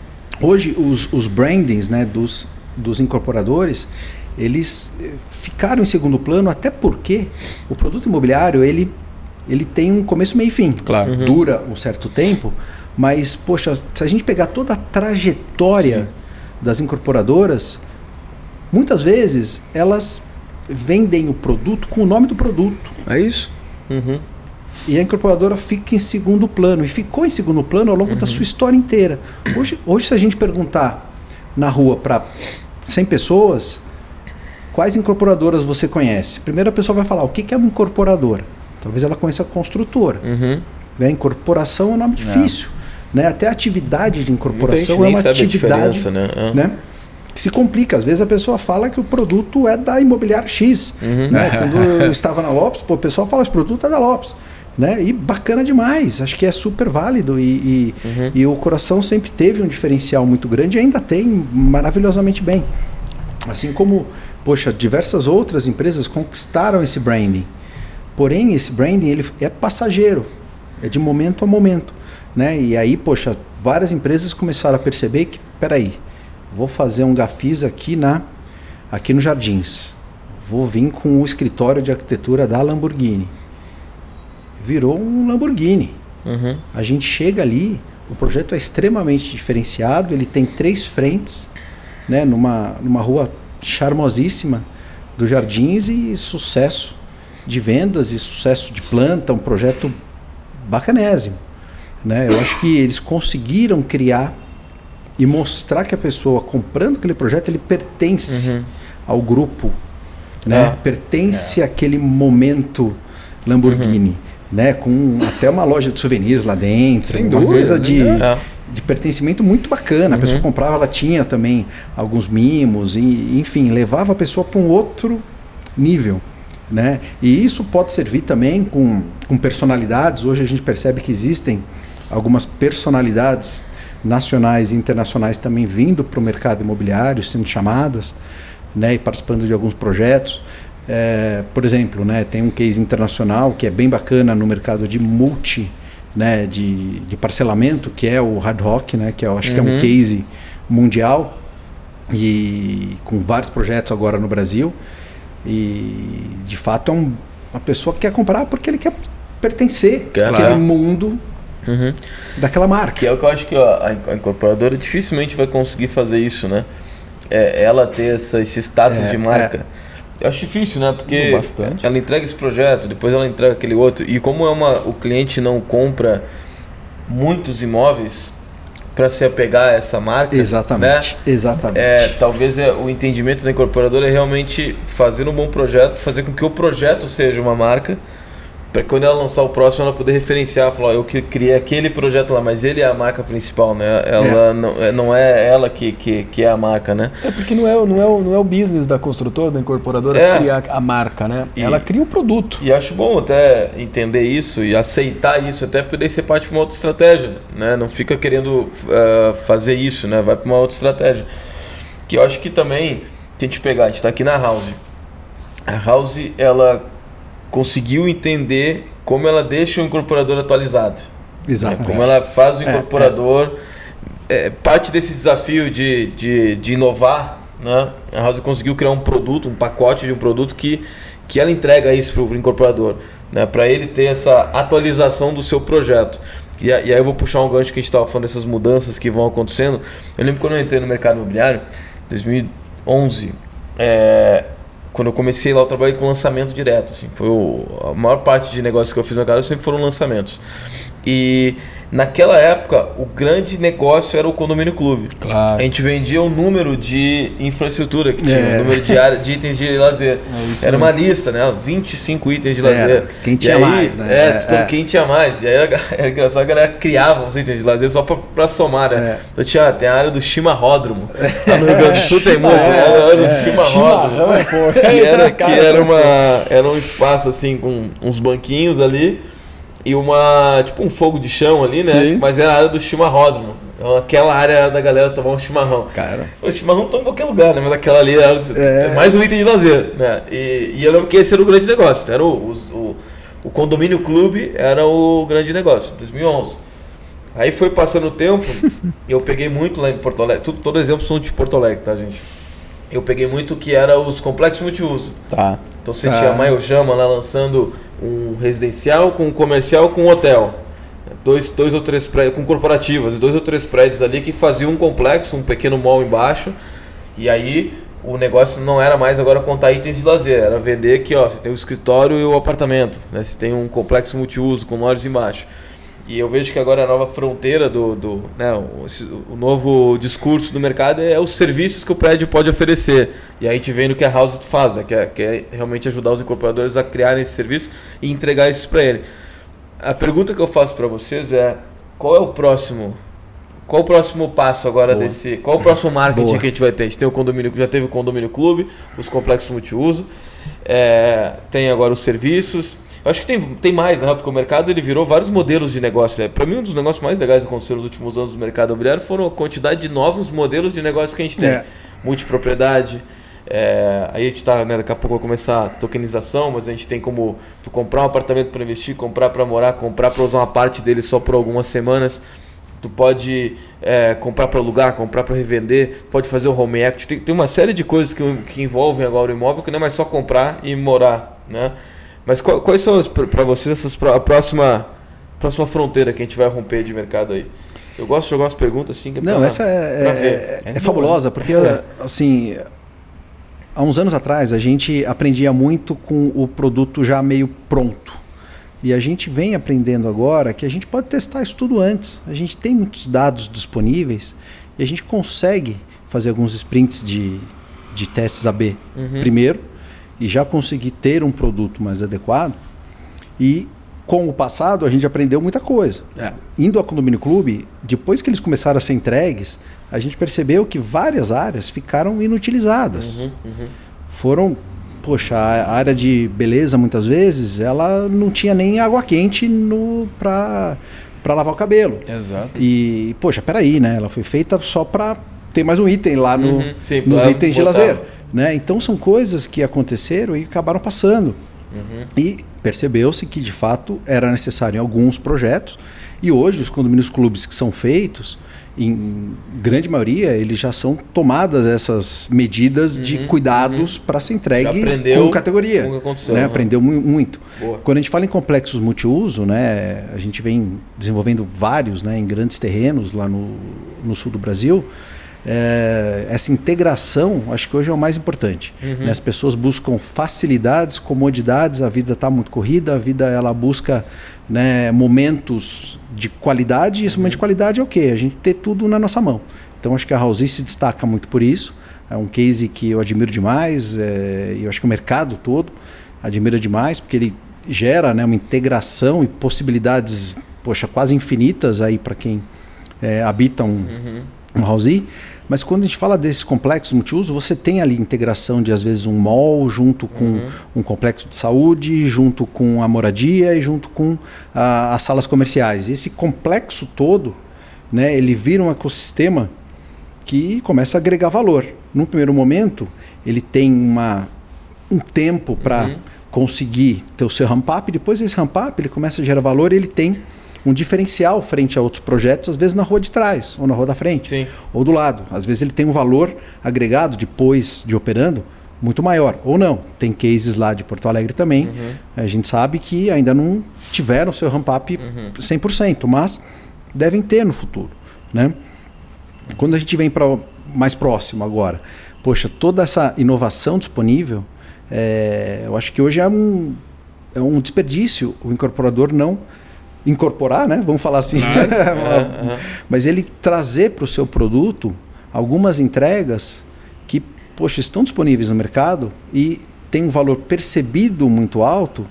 hoje os, os brandings, né, dos, dos incorporadores, eles ficaram em segundo plano, até porque o produto imobiliário ele, ele tem um começo, meio e fim. Claro. Uhum. Dura um certo tempo, mas poxa, se a gente pegar toda a trajetória Sim. das incorporadoras, muitas vezes elas vendem o produto com o nome do produto. É isso. Uhum. E a incorporadora fica em segundo plano. E ficou em segundo plano ao longo uhum. da sua história inteira. Hoje, hoje, se a gente perguntar na rua para cem pessoas, quais incorporadoras você conhece? Primeiro a pessoa vai falar, o que é uma incorporadora? Talvez ela conheça a construtora. Uhum. Né? Incorporação é um nome difícil. É. Né? Até a atividade de incorporação é uma atividade... Né? É. Né? Se complica, às vezes a pessoa fala que o produto é da imobiliária X. Uhum. Né? Quando eu estava na Lopes, pô, o pessoal fala que o produto é da Lopes. Né? E bacana demais, acho que é super válido. E, e, uhum. e o Coração sempre teve um diferencial muito grande e ainda tem maravilhosamente bem. Assim como, poxa, diversas outras empresas conquistaram esse branding. Porém, esse branding ele é passageiro, é de momento a momento. Né? E aí, poxa, várias empresas começaram a perceber que, peraí, vou fazer um Gafisa aqui, na, aqui no Jardins. Vou vir com o escritório de arquitetura da Lamborghini. Virou um Lamborghini. Uhum. A gente chega ali, o projeto é extremamente diferenciado, ele tem três frentes, né, numa, numa rua charmosíssima do Jardins e sucesso de vendas e sucesso de planta, um projeto bacanésimo. Né? Eu acho que eles conseguiram criar e mostrar que a pessoa comprando aquele projeto, ele pertence uhum. ao grupo, né? É. Pertence é. àquele momento Lamborghini, uhum. né? Com até uma loja de souvenirs lá dentro, Sem uma dúvida, coisa de, é. de pertencimento muito bacana. Uhum. A pessoa comprava, ela tinha também alguns mimos, e, enfim, levava a pessoa para um outro nível. Né? E isso pode servir também com, com personalidades. Hoje a gente percebe que existem algumas personalidades nacionais e internacionais também vindo para o mercado imobiliário, sendo chamadas, né, e participando de alguns projetos. É, por exemplo, né, tem um case internacional que é bem bacana no mercado de multi, né, de, de parcelamento, que é o Hard Rock, né, que eu acho uhum. que é um case mundial e com vários projetos agora no Brasil. E de fato é um, uma pessoa que quer comprar porque ele quer pertencer Claro. àquele mundo uhum. daquela marca. Que é o que eu acho que ó, a incorporadora dificilmente vai conseguir fazer isso, né? É, ela ter essa, esse status é, de marca. É. Eu acho difícil, né? Porque Bastante. ela entrega esse projeto, depois ela entrega aquele outro. E como é uma, o cliente não compra muitos imóveis para se apegar a essa marca, exatamente, né? exatamente. É, talvez é, o entendimento da incorporadora é realmente fazer um bom projeto, fazer com que o projeto seja uma marca para quando ela lançar o próximo ela poder referenciar, falar, eu que criei aquele projeto lá, mas ele é a marca principal, né? Ela é. Não, não é ela que, que, que é a marca, né? É porque não é, não é, o, não é o business da construtora, da incorporadora é. criar a marca, né? E, ela cria um produto. E acho bom até entender isso e aceitar isso, até poder ser parte de uma outra estratégia, né? Não fica querendo uh, fazer isso, né? Vai para uma outra estratégia. Que eu acho que também, se a gente pegar, a gente está aqui na House. A House, ela conseguiu entender como ela deixa o incorporador atualizado. Exatamente. Né? Como ela faz o incorporador... É, é. É, parte desse desafio de, de, de inovar, né? A House conseguiu criar um produto, um pacote de um produto que, que ela entrega isso para o incorporador, né? Para ele ter essa atualização do seu projeto. E, e aí eu vou puxar um gancho que a gente estava falando dessas mudanças que vão acontecendo. Eu lembro quando eu entrei no mercado imobiliário, em dois mil e onze, é, quando eu comecei lá, eu trabalhei com lançamento direto. Assim, foi o, a maior parte de negócios que eu fiz no mercado sempre foram lançamentos. E naquela época, o grande negócio era o condomínio clube. Claro. A gente vendia o número de infraestrutura que tinha, é. o número de, área, de itens de lazer. É era mesmo. uma lista, né? vinte e cinco itens de lazer. Era. Quem tinha aí, mais, né? É, É, é. quem tinha mais. E aí era engraçado, a galera criava os itens de lazer só pra, pra somar, né? É. Então tinha, tem a área do chimarródromo. Lá no Rio Grande do Sul tem muito, né? A área do chimarródromo. É, pô. Que, era, que era, uma, era um espaço assim com uns banquinhos ali e uma, tipo um fogo de chão ali, né? Sim. Mas era a área do chimarródromo. Então, aquela área era da galera tomar um chimarrão. Cara. O chimarrão toma em qualquer lugar, né? Mas aquela ali era É. mais um item de lazer, né? E, e eu lembro que esse era o grande negócio. Era o, o, o condomínio clube era o grande negócio, dois mil e onze. Aí foi passando o tempo e eu peguei muito lá em Porto Alegre. Tudo, todo exemplo são de Porto Alegre, tá, gente? Eu peguei muito que era os complexos multiuso. Tá. Então você Tá. tinha a Maiojama lá lançando um residencial com um comercial com um hotel. Dois, dois ou três prédios, com corporativas, dois ou três prédios ali que faziam um complexo, um pequeno mall embaixo. E aí o negócio não era mais agora contar itens de lazer, era vender que ó, você tem o escritório e o apartamento, né? Você tem um complexo multiuso com lojas embaixo. E eu vejo que agora a nova fronteira do, do né, o, o novo discurso do mercado é os serviços que o prédio pode oferecer. E aí a gente vê no que a House faz, né, que, é, que é realmente ajudar os incorporadores a criarem esse serviço e entregar isso para ele. A pergunta que eu faço para vocês é: qual é o próximo? Qual o próximo passo agora Boa. desse? Qual o próximo marketing Boa. que a gente vai ter? A gente tem o condomínio, já teve o condomínio clube, os complexos multiuso, é, tem agora os serviços. Eu acho que tem, tem mais, né? Porque o mercado ele virou vários modelos de negócio. Né? Para mim, um dos negócios mais legais que aconteceram nos últimos anos do mercado imobiliário foram a quantidade de novos modelos de negócio que a gente tem. É. Multipropriedade. É, aí a gente está, né, daqui a pouco vai começar a tokenização, mas a gente tem como tu comprar um apartamento para investir, comprar para morar, comprar para usar uma parte dele só por algumas semanas. Tu pode é, comprar para alugar, comprar para revender, pode fazer o home equity. Tem, tem uma série de coisas que, que envolvem agora o imóvel que não é mais só comprar e morar, né? Mas quais são para vocês essas, a próxima, próxima fronteira que a gente vai romper de mercado aí? Eu gosto de jogar umas perguntas assim. Que é Não, pra, essa é, pra é, é, é fabulosa, porque assim, há uns anos atrás a gente aprendia muito com o produto já meio pronto. E a gente vem aprendendo agora que a gente pode testar isso tudo antes. A gente tem muitos dados disponíveis e a gente consegue fazer alguns sprints de, de testes A B Uhum. primeiro e já conseguir ter um produto mais adequado. E com o passado a gente aprendeu muita coisa. É. Indo ao Condomínio Clube, depois que eles começaram a ser entregues, a gente percebeu que várias áreas ficaram inutilizadas. Uhum, uhum. Foram... Poxa, a área de beleza, muitas vezes, ela não tinha nem água quente para lavar o cabelo. Exato. E, poxa, peraí, né? Ela foi feita só para ter mais um item lá no, Uhum, sim, nos pra itens de botar. lazer. Né? Então, são coisas que aconteceram e acabaram passando. Uhum. E percebeu-se que, de fato, era necessário em alguns projetos. E hoje, os condomínios clubes que são feitos, em grande maioria, eles já são tomadas essas medidas Uhum, de cuidados uhum. para ser entregue com categoria. Com o que aconteceu, né? né? Aprendeu mu- muito. Boa. Quando a gente fala em complexos multiuso, né, a gente vem desenvolvendo vários, né, em grandes terrenos lá no, no sul do Brasil. É, essa integração, acho que hoje é o mais importante. Uhum. Né? As pessoas buscam facilidades, comodidades, a vida está muito corrida, a vida ela busca, né, momentos de qualidade, e esse uhum. momento de qualidade é o quê? A gente ter tudo na nossa mão. Então acho que a House se destaca muito por isso. É um case que eu admiro demais, é, e eu acho que o mercado todo admira demais, porque ele gera, né, uma integração e possibilidades, poxa, quase infinitas aí para quem é, habita um, uhum. um house. Mas quando a gente fala desses complexos multiuso, você tem ali integração de, às vezes, um mall junto com uhum. um complexo de saúde, junto com a moradia e junto com a, as salas comerciais. E esse complexo todo, né, ele vira um ecossistema que começa a agregar valor. No primeiro momento, ele tem uma, um tempo para uhum. conseguir ter o seu ramp-up. Depois desse ramp-up, ele começa a gerar valor e ele tem um diferencial frente a outros projetos, às vezes na rua de trás, ou na rua da frente, Sim. ou do lado. Às vezes ele tem um valor agregado depois de operando muito maior, ou não. Tem cases lá de Porto Alegre também, uhum. a gente sabe que ainda não tiveram seu ramp-up uhum. cem por cento, mas devem ter no futuro, né? Quando a gente vem para mais próximo agora, poxa, toda essa inovação disponível, é, eu acho que hoje é um, é um desperdício o incorporador não incorporar, né? Vamos falar assim, claro. é, é. Mas ele trazer para o seu produto algumas entregas que, poxa, estão disponíveis no mercado e tem um valor percebido muito alto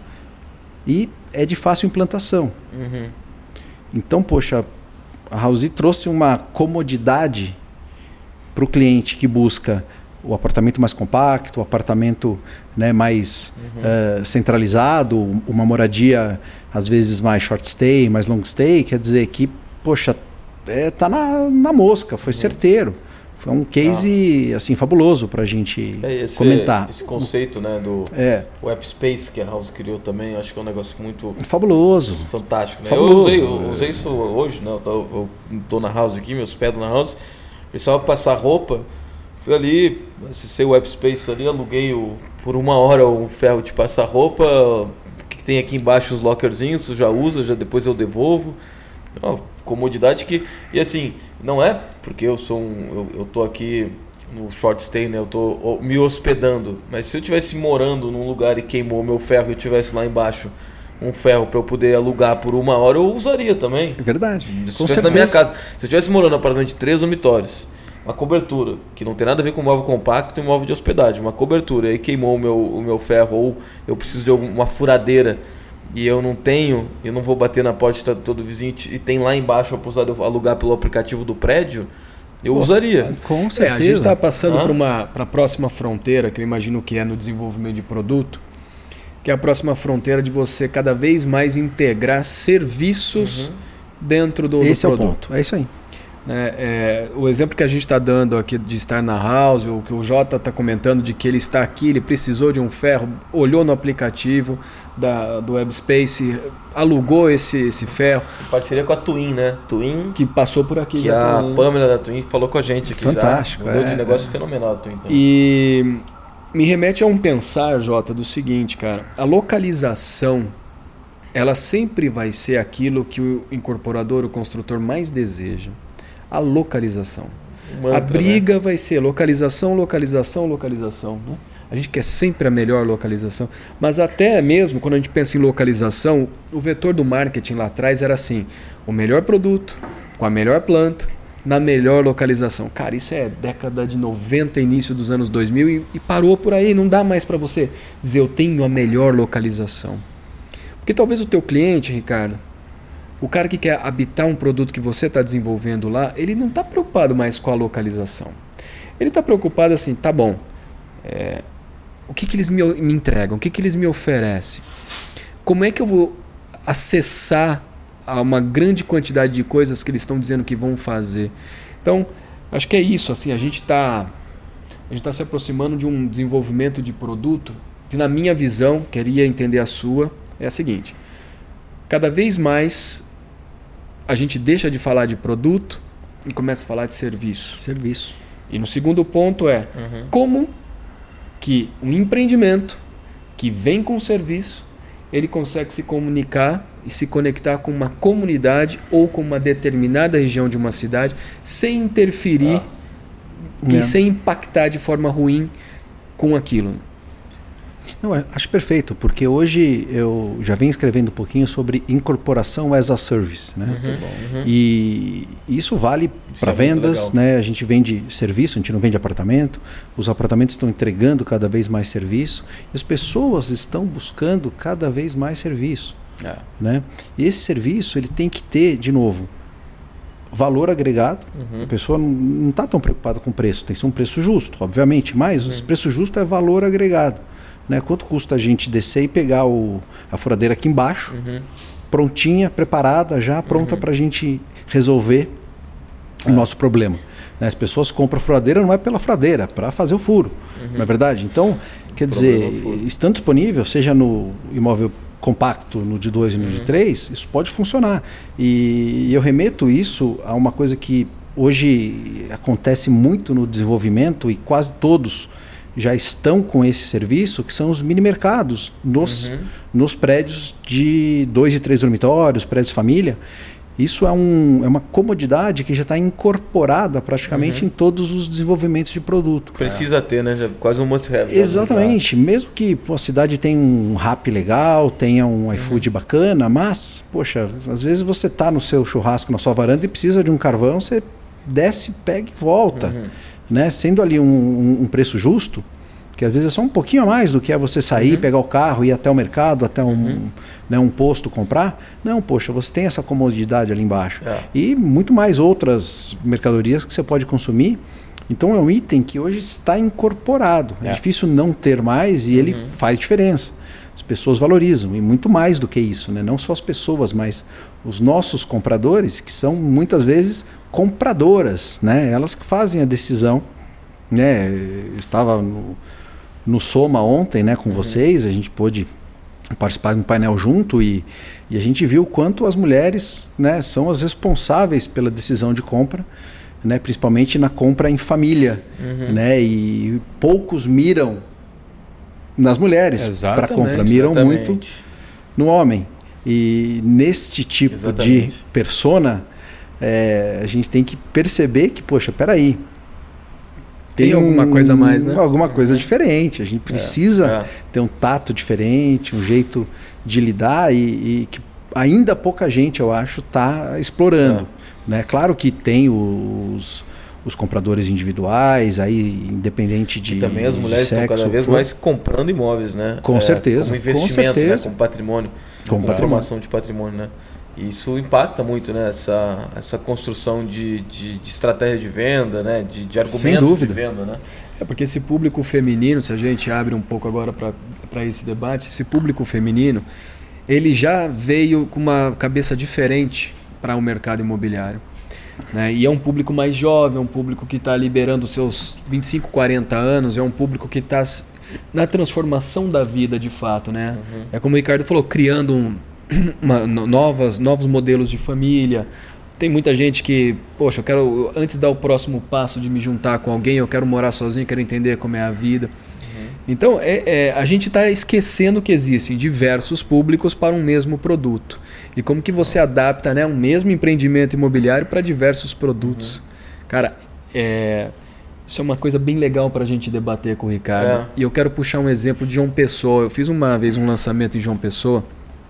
e é de fácil implantação. Uhum. Então, poxa, a Housee trouxe uma comodidade para o cliente que busca o apartamento mais compacto, o apartamento, né, mais uhum. uh, centralizado, uma moradia às vezes mais short stay, mais long stay, quer dizer que, poxa, é, tá na, na mosca, foi uhum. certeiro. Foi um case ah. assim, fabuloso para a gente é esse, comentar. Esse conceito, né, do é. Web Space que a House criou também, acho que é um negócio muito fabuloso, fantástico. Né? Fabuloso. Eu, usei, eu usei isso hoje, né? Eu tô, eu tô na House aqui, me hospedo na House, precisava passar roupa, fui ali, acessei o Web Space ali, aluguei o, por uma hora um ferro de passar roupa, que tem aqui embaixo os lockerzinhos, você já usa, já depois eu devolvo. Uma comodidade que, e assim, não é porque eu sou um, eu, eu tô aqui no short stay, né, eu tô me hospedando, mas se eu tivesse morando num lugar e queimou meu ferro e eu tivesse lá embaixo um ferro para eu poder alugar por uma hora, eu usaria também. É verdade. Se eu na minha casa, se eu tivesse morando no apartamento de três dormitórios, uma cobertura, que não tem nada a ver com móvel compacto e móvel de hospedagem, uma cobertura, e aí queimou o meu, o meu ferro, ou eu preciso de alguma furadeira e eu não tenho, eu não vou bater na porta de todo vizinho e tem lá embaixo a possibilidade de alugar pelo aplicativo do prédio, eu Pô, usaria. Com certeza. É, a gente está passando para uma para a próxima fronteira, que eu imagino que é no desenvolvimento de produto, que é a próxima fronteira de você cada vez mais integrar serviços uhum. dentro do, Esse do é produto. O ponto. É isso aí. É, é, o exemplo que a gente está dando aqui de estar na House, o que o Jota está comentando de que ele está aqui, ele precisou de um ferro, olhou no aplicativo da, do WebSpace, alugou esse, esse ferro. Em parceria com a Twin, né? Twin. Que passou por aqui. Que a Twin. Pamela da Twin falou com a gente aqui. Fantástico. Já. Mudou é, de negócio é. fenomenal a Twin. Então. E me remete a um pensar, Jota, do seguinte, cara. A localização, ela sempre vai ser aquilo que o incorporador, o construtor mais deseja. A localização. Mantra, a briga né? vai ser localização, localização, localização. Né? A gente quer sempre a melhor localização. Mas até mesmo quando a gente pensa em localização, o vetor do marketing lá atrás era assim, o melhor produto, com a melhor planta, na melhor localização. Cara, isso é década de noventa, início dos anos dois mil e, e parou por aí. Não dá mais para você dizer eu tenho a melhor localização. Porque talvez o teu cliente, Ricardo, o cara que quer habitar um produto que você está desenvolvendo lá, ele não está preocupado mais com a localização. Ele está preocupado assim, tá bom, é, o que, que eles me, me entregam? O que, que eles me oferecem? Como é que eu vou acessar a uma grande quantidade de coisas que eles estão dizendo que vão fazer? Então, acho que é isso. Assim, a gente está a gente tá se aproximando de um desenvolvimento de produto que, na minha visão, queria entender a sua, é a seguinte. Cada vez mais a gente deixa de falar de produto e começa a falar de serviço. Serviço. E no segundo ponto é uhum. como que um empreendimento que vem com serviço, ele consegue se comunicar e se conectar com uma comunidade ou com uma determinada região de uma cidade sem interferir ah. e é. sem impactar de forma ruim com aquilo. Não, acho perfeito, porque hoje eu já venho escrevendo um pouquinho sobre incorporação as a service, né? Uhum, uhum. E isso vale para é vendas, né? A gente vende serviço, a gente não vende apartamento. Os apartamentos estão entregando cada vez mais serviço e as pessoas estão buscando cada vez mais serviço, é. né? E esse serviço ele tem que ter, de novo, valor agregado. Uhum. A pessoa não está tão preocupada com o preço, tem que ser um preço justo, obviamente, mas uhum. esse preço justo é valor agregado. Né? Quanto custa a gente descer e pegar o, a furadeira aqui embaixo, uhum. prontinha, preparada, já pronta uhum. para a gente resolver é. o nosso problema. Né? As pessoas compram a furadeira não é pela furadeira, é para fazer o furo, uhum. não é verdade? Então, quer dizer, estando disponível, seja no imóvel compacto, no de dois e no uhum. de três, isso pode funcionar. E eu remeto isso a uma coisa que hoje acontece muito no desenvolvimento e quase todos já estão com esse serviço, que são os mini mercados nos, uhum. nos prédios de dois e três dormitórios, prédios família. Isso é, um, é uma comodidade que já está incorporada praticamente uhum. em todos os desenvolvimentos de produto. Precisa é. ter, né? Já, quase um must-have. Exatamente. Mesmo que pô, a cidade tenha um rap legal, tenha um iFood uhum. bacana, mas, poxa, às vezes você está no seu churrasco, na sua varanda e precisa de um carvão, você desce, pega e volta. Uhum. Né? Sendo ali um, um, um preço justo, que às vezes é só um pouquinho a mais do que é você sair, uhum. pegar o carro, ir até o mercado, até um, uhum. né, um posto comprar. Não, poxa, você tem essa comodidade ali embaixo. É. E muito mais outras mercadorias que você pode consumir. Então é um item que hoje está incorporado. É, é difícil não ter mais e uhum. ele faz diferença. As pessoas valorizam, e muito mais do que isso, né? Não só as pessoas, mas os nossos compradores, que são muitas vezes compradoras, né? Elas que fazem a decisão. Né? Eu estava no, no Soma ontem, né, com uhum. vocês, a gente pôde participar de um painel junto e, e a gente viu o quanto as mulheres, né, são as responsáveis pela decisão de compra, né, principalmente na compra em família. Uhum. Né, e poucos miram nas mulheres para compra, miram exatamente. muito no homem. E neste tipo exatamente. de persona, é, a gente tem que perceber que, poxa, peraí, Tem, tem alguma um, coisa a mais, né? Alguma coisa diferente. A gente precisa é, é. ter um tato diferente, um jeito de lidar e, e que ainda pouca gente, eu acho, está explorando. É. Né? Claro que tem os, os compradores individuais, aí independente de. E também as mulheres sexo, estão cada vez for. mais comprando imóveis, né? Com é, certeza. Como investimento, com certeza. Né? Como patrimônio. Como Como formação de patrimônio, né? Isso impacta muito, né? Essa, essa construção de, de, de estratégia de venda, né? de, de argumentos de venda. Né? É porque esse público feminino, se a gente abre um pouco agora para esse debate, esse público feminino, ele já veio com uma cabeça diferente para o mercado imobiliário. Né? E é um público mais jovem, é um público que está liberando seus vinte e cinco, quarenta anos, é um público que está na transformação da vida de fato. Né? Uhum. É como o Ricardo falou, criando um Uma, novas, novos modelos de família. Tem muita gente que, poxa, eu quero, antes de dar o próximo passo de me juntar com alguém, eu quero morar sozinho, quero entender como é a vida. Uhum. Então, é, é, a gente está esquecendo que existem diversos públicos para um mesmo produto. E como que você adapta, né, um mesmo empreendimento imobiliário para diversos produtos. Uhum. Cara, é, isso é uma coisa bem legal para a gente debater com o Ricardo. É. E eu quero puxar um exemplo de João Pessoa. Eu fiz uma vez um lançamento em João Pessoa,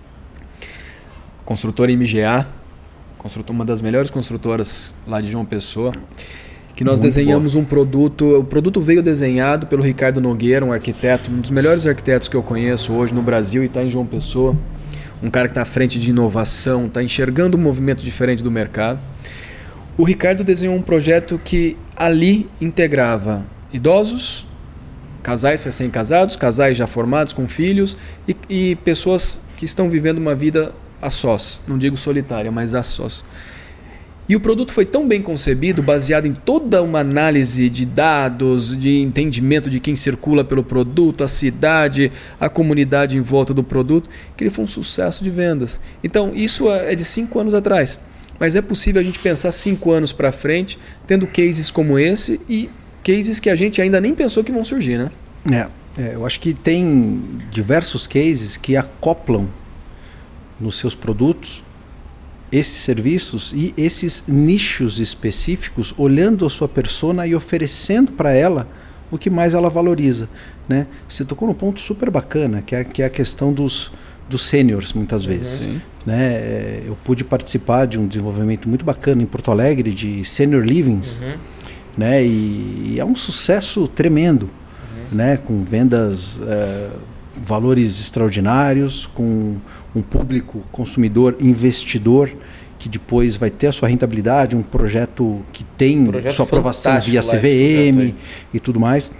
construtora M G A, construtor, uma das melhores construtoras lá de João Pessoa, que nós Muito desenhamos boa. um produto. O produto veio desenhado pelo Ricardo Nogueira, um arquiteto, um dos melhores arquitetos que eu conheço hoje no Brasil e está em João Pessoa. Um cara que está à frente de inovação, está enxergando um movimento diferente do mercado. O Ricardo desenhou um projeto que ali integrava idosos, casais recém-casados, casais já formados com filhos e, e pessoas que estão vivendo uma vida a sós, não digo solitária, mas a sós. E o produto foi tão bem concebido, baseado em toda uma análise de dados, de entendimento de quem circula pelo produto, a cidade, a comunidade em volta do produto, que ele foi um sucesso de vendas. Então, isso é de cinco anos atrás. Mas é possível a gente pensar cinco anos para frente, tendo cases como esse e cases que a gente ainda nem pensou que vão surgir, né? É, é eu acho que tem diversos cases que acoplam nos seus produtos esses serviços e esses nichos específicos, olhando a sua persona e oferecendo para ela o que mais ela valoriza, né? Você tocou num ponto super bacana, que é, que é a questão dos, dos seniors, muitas vezes. Uhum. Né? Eu pude participar de um desenvolvimento muito bacana em Porto Alegre, de Senior Livings, Uhum. né? E, e é um sucesso tremendo, uhum. né? Com vendas, uh, valores extraordinários, com um público consumidor, investidor, que depois vai ter a sua rentabilidade, um projeto que tem projeto sua aprovação via C V M e tudo mais.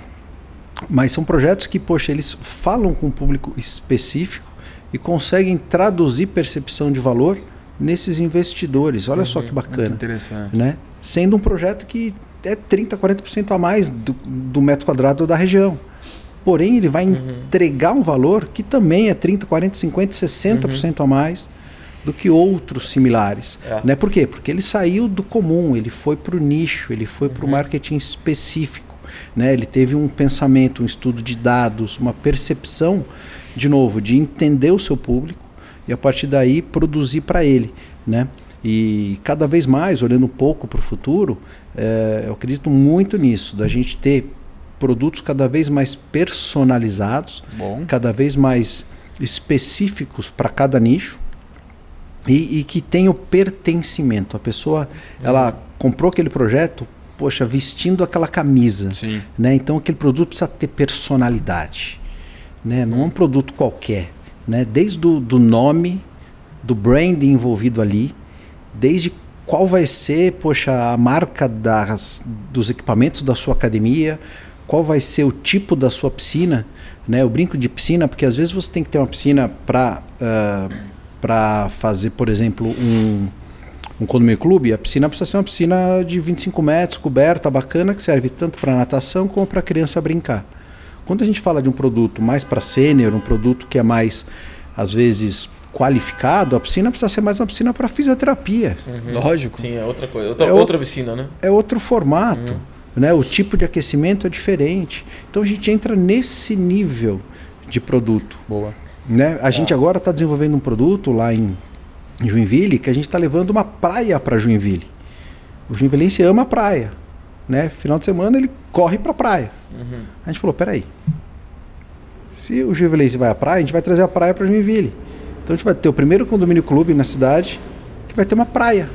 Mas são projetos que, poxa, eles falam com um público específico e conseguem traduzir percepção de valor nesses investidores. Olha uhum, só que bacana. Muito interessante. Né? Sendo um projeto que é trinta, quarenta por cento a mais do, do metro quadrado da região. Porém, ele vai uhum. entregar um valor que também é trinta, quarenta, cinquenta, sessenta por cento uhum. a mais do que outros similares. É. Né? Por quê? Porque ele saiu do comum, ele foi para o nicho, ele foi uhum. para o marketing específico. Né? Ele teve um pensamento, um estudo de dados, uma percepção, de novo, de entender o seu público e a partir daí produzir para ele. Né? E cada vez mais, olhando um pouco para o futuro, é, eu acredito muito nisso, da gente ter produtos cada vez mais personalizados, Bom. cada vez mais específicos para cada nicho, E, e que tem o pertencimento. A pessoa, uhum. ela comprou aquele projeto, poxa, vestindo aquela camisa. Sim. Né? Então aquele produto precisa ter personalidade. Né? Não é um produto qualquer. Né? Desde o do nome, do brand envolvido ali, desde qual vai ser, poxa, a marca das, dos equipamentos da sua academia, qual vai ser o tipo da sua piscina. Né? Eu brinco de piscina porque às vezes você tem que ter uma piscina para... Uh, para fazer, por exemplo, um, um condomínio clube, a piscina precisa ser uma piscina de vinte e cinco metros, coberta, bacana, que serve tanto para natação como para a criança brincar. Quando a gente fala de um produto mais para sênior, um produto que é mais, às vezes, qualificado, a piscina precisa ser mais uma piscina para fisioterapia. Uhum. Lógico. Sim, é outra coisa. Outra, é outra piscina, né? É outro formato. Uhum. Né? O tipo de aquecimento é diferente. Então a gente entra nesse nível de produto. Boa. Né? A ah. gente agora está desenvolvendo um produto lá em, em Joinville que a gente está levando uma praia para Joinville. O joinvilense ama a praia. Né? Final de semana ele corre para a praia. Uhum. A gente falou, peraí. Se o joinvilense vai à praia, a gente vai trazer a praia para Joinville. Então a gente vai ter o primeiro condomínio clube na cidade que vai ter uma praia.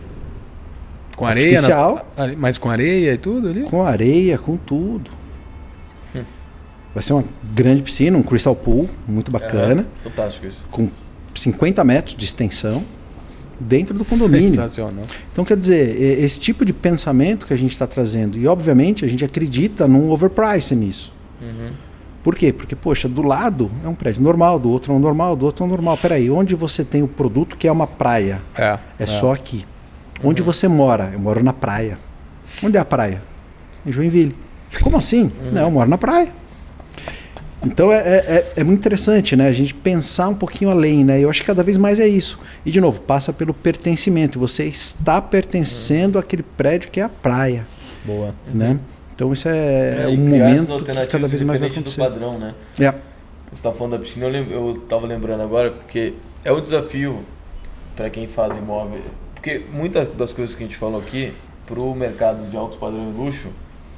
Com areia? Artificial. Na... Mas com areia e tudo ali? Com areia, com tudo. Vai ser uma grande piscina, um crystal pool, muito bacana. É, fantástico isso. Com cinquenta metros de extensão dentro do condomínio. Sensacional. Então, quer dizer, esse tipo de pensamento que a gente está trazendo, e obviamente a gente acredita num overprice nisso. Uhum. Por quê? Porque, poxa, do lado é um prédio normal, do outro é um normal, do outro é um normal. Peraí, onde você tem o produto que é uma praia? É, é, é. só aqui. Uhum. Onde você mora? Eu moro na praia. Onde é a praia? Em Joinville. Como assim? Uhum. Não, eu moro na praia. Então é, é, é muito interessante, né? A gente pensar um pouquinho além, né? Eu acho que cada vez mais é isso. E de novo, passa pelo pertencimento. Você está pertencendo uhum. àquele prédio que é a praia. Boa. Né? Uhum. Então isso é, é um momento que cada vez mais vai acontecer. Do padrão, né? É. Você está falando da piscina, eu estava lembrando agora, porque é um desafio para quem faz imóvel. Porque muitas das coisas que a gente falou aqui, para o mercado de alto padrão e luxo,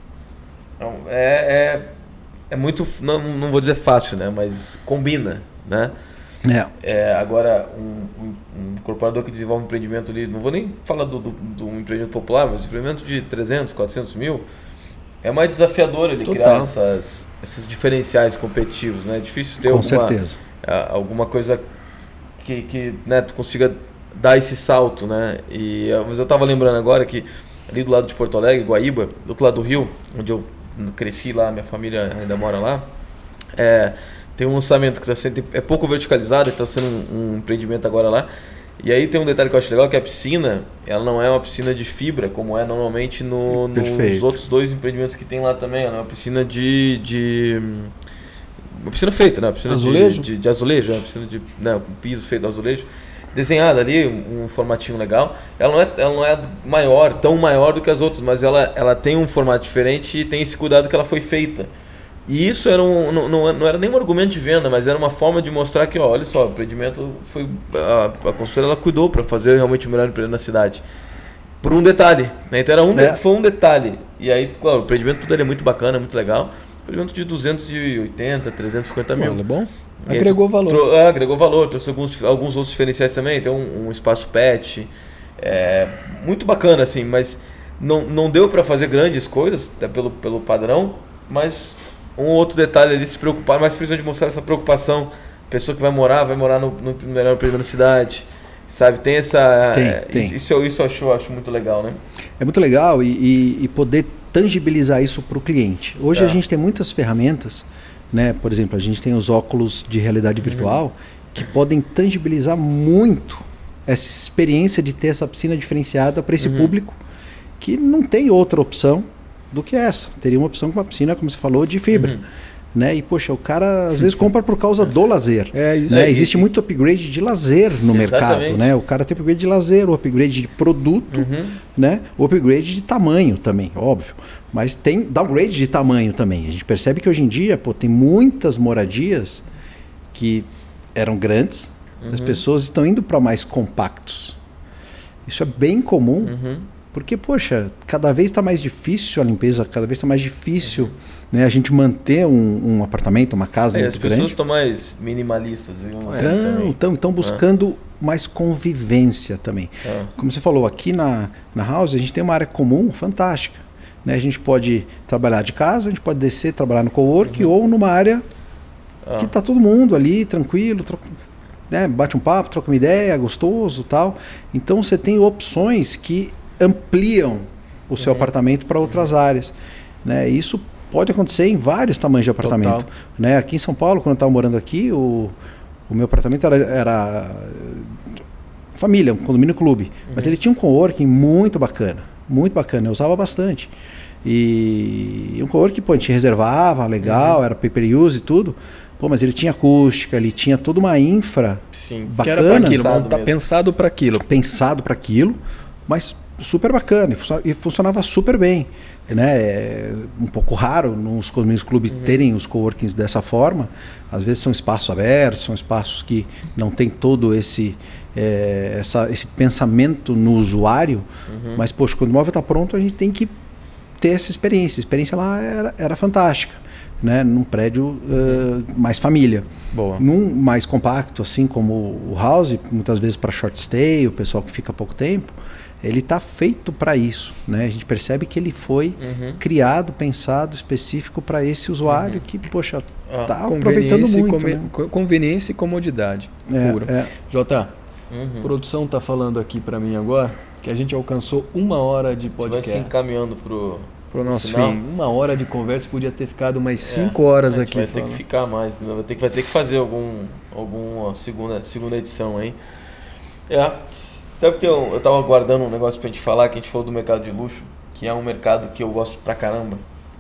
é... é É muito, não, não vou dizer fácil, né? Mas combina, né? É. É, agora, um, um, um corporador que desenvolve um empreendimento ali, não vou nem falar do, do, do um empreendimento popular, mas um empreendimento de trezentos, quatrocentos mil, é mais desafiador ele Total. criar essas, esses diferenciais competitivos, né? É difícil ter Com alguma, certeza. alguma coisa que, que né, tu consiga dar esse salto, né? E, mas eu estava lembrando agora que ali do lado de Porto Alegre, Guaíba, do outro lado do Rio, onde eu cresci lá, minha família ainda mora lá, é, tem um lançamento que tá sendo, é pouco verticalizado, está sendo um, um empreendimento agora lá, e aí tem um detalhe que eu acho legal, que a piscina, ela não é uma piscina de fibra, como é normalmente no, nos outros dois empreendimentos que tem lá também, ela é uma piscina de... de uma piscina feita, né? Uma piscina azulejo? De, de, de azulejo, uma piscina de né, um piso feito de azulejo, desenhada ali, um, um formatinho legal. Ela não, é, ela não é maior, tão maior do que as outras, mas ela, ela tem um formato diferente e tem esse cuidado que ela foi feita. E isso era um, não, não, não era nem um argumento de venda, mas era uma forma de mostrar que, ó, olha só, o empreendimento foi... A, a consultora ela cuidou para fazer realmente o melhor empreendimento na cidade. por um detalhe. Né? Então era um É. de, foi um detalhe. E aí, claro, o empreendimento tudo ele é muito bacana, muito legal. Empreendimento de duzentos e oitenta, trezentos e cinquenta mil. Olha, bom. E aí Agregou tu- valor. tro- é, agregou valor, trouxe alguns, alguns outros diferenciais também. Tem um, um espaço pet. É, muito bacana, assim, mas não, não deu para fazer grandes coisas, até pelo, pelo padrão, mas um outro detalhe ali, se preocupar, mas precisam de mostrar essa preocupação. A pessoa que vai morar, vai morar no, no melhor empreendimento da cidade, sabe? Tem essa... Tem, é, tem. Isso, isso eu isso eu acho, acho muito legal, né? É muito legal e, e- e poder tangibilizar isso para o cliente. Hoje É. a gente tem muitas ferramentas, né? Por exemplo, a gente tem os óculos de realidade virtual que podem tangibilizar muito essa experiência de ter essa piscina diferenciada para esse Uhum. público que não tem outra opção do que essa. Teria uma opção com uma piscina, como você falou, de fibra. Uhum. Né? E, poxa, o cara às vezes compra por causa do lazer. É isso. Né? É, Existe e- muito upgrade de lazer no Exatamente. mercado. Né? O cara tem upgrade de lazer, o upgrade de produto, Uhum. né? O upgrade de tamanho também, óbvio. Mas tem downgrade de tamanho também. A gente percebe que hoje em dia pô, tem muitas moradias que eram grandes, Uhum. as pessoas estão indo para mais compactos. Isso é bem comum, Uhum. porque, poxa, cada vez está mais difícil a limpeza, cada vez está mais difícil né, a gente manter um, um apartamento, uma casa É, muito as pessoas grande. estão mais minimalistas, digamos assim, Então, também. então, então buscando mais convivência também. Ah. Como você falou, aqui na, na House a gente tem uma área comum fantástica. Né? A gente pode trabalhar de casa, a gente pode descer, trabalhar no cowork Uhum. ou numa área Ah. que está todo mundo ali, tranquilo, troca, né? Bate um papo, troca uma ideia, gostoso tal. Então você tem opções que ampliam o seu Uhum. apartamento para outras áreas. Né? Isso pode acontecer em vários tamanhos de apartamento. Total. Né? Aqui em São Paulo, quando eu estava morando aqui, o, o meu apartamento era, era família, um condomínio clube. Mas ele tinha um coworking muito bacana. Muito bacana, eu usava bastante. E um coworking, pô, a gente reservava, legal, era pay per use e tudo. Pô, mas ele tinha acústica, ele tinha toda uma infra Sim. Que era bacana, para aquilo, Pensado tá mesmo. pensado para aquilo. pensado para aquilo, mas super bacana e, funcio- e funcionava super bem. Né? É um pouco raro nos condomínios clubes terem os coworkings dessa forma. Às vezes são espaços abertos, são espaços que não tem todo esse, é, essa, esse pensamento no usuário. Uhum. Mas, poxa, quando o imóvel está pronto, a gente tem que ter essa experiência. A experiência lá era, era fantástica. Né? Num prédio uh, mais família. Boa. Num mais compacto, assim como o house, muitas vezes para short stay, o pessoal que fica pouco tempo, ele está feito para isso. Né? A gente percebe que ele foi Uhum. criado, pensado, específico para esse usuário que, poxa, Ah. está aproveitando Conveniência, e muito. come- Né? co- conveniência e comodidade. É, pura. é. Jota, Uhum. a produção tá falando aqui para mim agora que a gente alcançou uma hora de Você vai se podcast. encaminhando pro... Pro nosso final. fim. Uma hora de conversa, podia ter ficado mais É, cinco horas a gente aqui. vai ter falando. que ficar mais, né? vai, ter que, vai ter que fazer algum, alguma segunda, segunda edição aí. É. Sabe que eu, eu tava guardando um negócio pra gente falar, que a gente falou do mercado de luxo, que é um mercado que eu gosto pra caramba.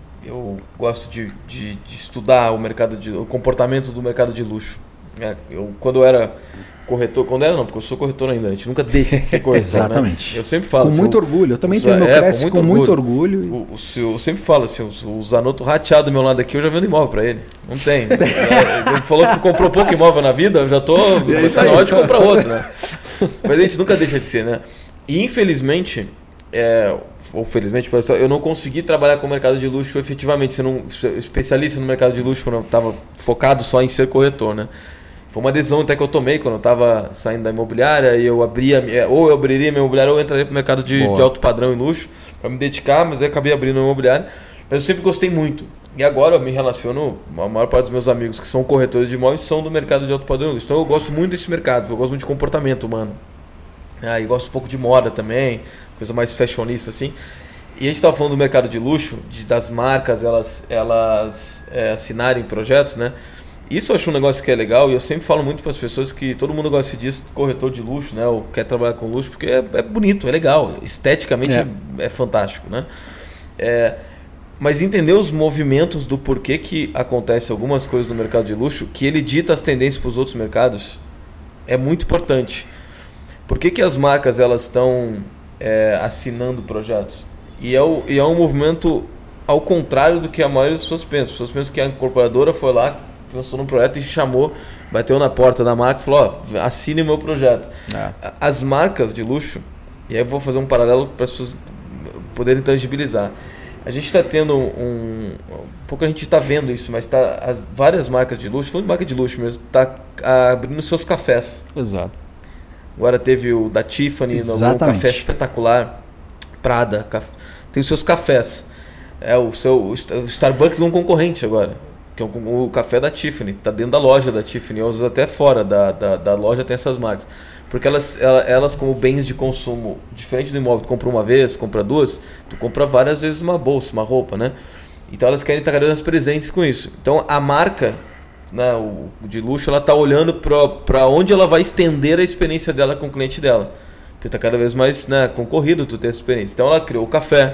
Eu gosto de, de, de estudar o mercado de, o comportamento do mercado de luxo. É, eu, quando eu era corretor, quando era não, porque eu sou corretor ainda, a gente nunca deixa de ser corretor. Exatamente. Né? Eu sempre falo. Com se muito eu- orgulho. Eu também os- tenho meu é, Cresce com muito orgulho. e- o, o, se eu sempre falo assim, o, o Zanotto rateado do meu lado aqui, eu já vendo imóvel pra ele. Não tem. É, ele falou que comprou pouco imóvel na vida, eu já tô. É isso Tá na aí. hora de comprar outro, né? Mas a gente nunca deixa de ser, né? E infelizmente, é, ou felizmente, pessoal, eu não consegui trabalhar com o mercado de luxo efetivamente, sendo um ser especialista no mercado de luxo quando eu estava focado só em ser corretor, né? Foi uma decisão até que eu tomei quando eu estava saindo da imobiliária e eu abria, é, ou eu abriria minha imobiliária ou eu entraria para o mercado de, Boa. de alto padrão e luxo para me dedicar, mas aí acabei abrindo a imobiliária. Mas eu sempre gostei muito. E agora eu me relaciono, a maior parte dos meus amigos que são corretores de imóveis são do mercado de alto padrão e luxo. Então eu gosto muito desse mercado, porque eu gosto muito de comportamento humano. Ah, e gosto um pouco de moda também, coisa mais fashionista assim. E a gente estava falando do mercado de luxo, de, das marcas elas, elas é, assinarem projetos, né? Isso eu acho um negócio que é legal e eu sempre falo muito para as pessoas que todo mundo gosta de dizer corretor de luxo, né? Ou quer trabalhar com luxo, porque é, é bonito, é legal, esteticamente é, É. é fantástico, né? É, mas entender os movimentos do porquê que acontece algumas coisas no mercado de luxo, que ele dita as tendências para os outros mercados, é muito importante. Por que que as marcas elas estão é, assinando projetos? E é, o, e é um movimento ao contrário do que a maioria das pessoas pensa. As pessoas pensam que a incorporadora foi lá, pensou num projeto e chamou, bateu na porta da marca e falou, ó, assine o meu projeto. É. As marcas de luxo, E aí eu vou fazer um paralelo para as pessoas poderem tangibilizar. A gente está tendo um... pouco a gente está vendo isso, mas tá, as várias marcas de luxo, falando de marca de luxo mesmo, está abrindo seus cafés. Exato. Agora teve o da Tiffany, um café espetacular. Prada, tem os seus cafés. É o seu o Starbucks é um concorrente agora, que é o, o café da Tiffany, está dentro da loja da Tiffany, ou até fora da, da, da loja tem essas marcas. Porque elas, elas, como bens de consumo, diferente do imóvel, tu compra uma vez, compra duas, tu compra várias vezes uma bolsa, uma roupa, né? Então elas querem estar cada vez presentes com isso. Então a marca, né, o de luxo, ela está olhando para onde ela vai estender a experiência dela com o cliente dela. Porque está cada vez mais, né, concorrido tu ter essa experiência. Então ela criou o café.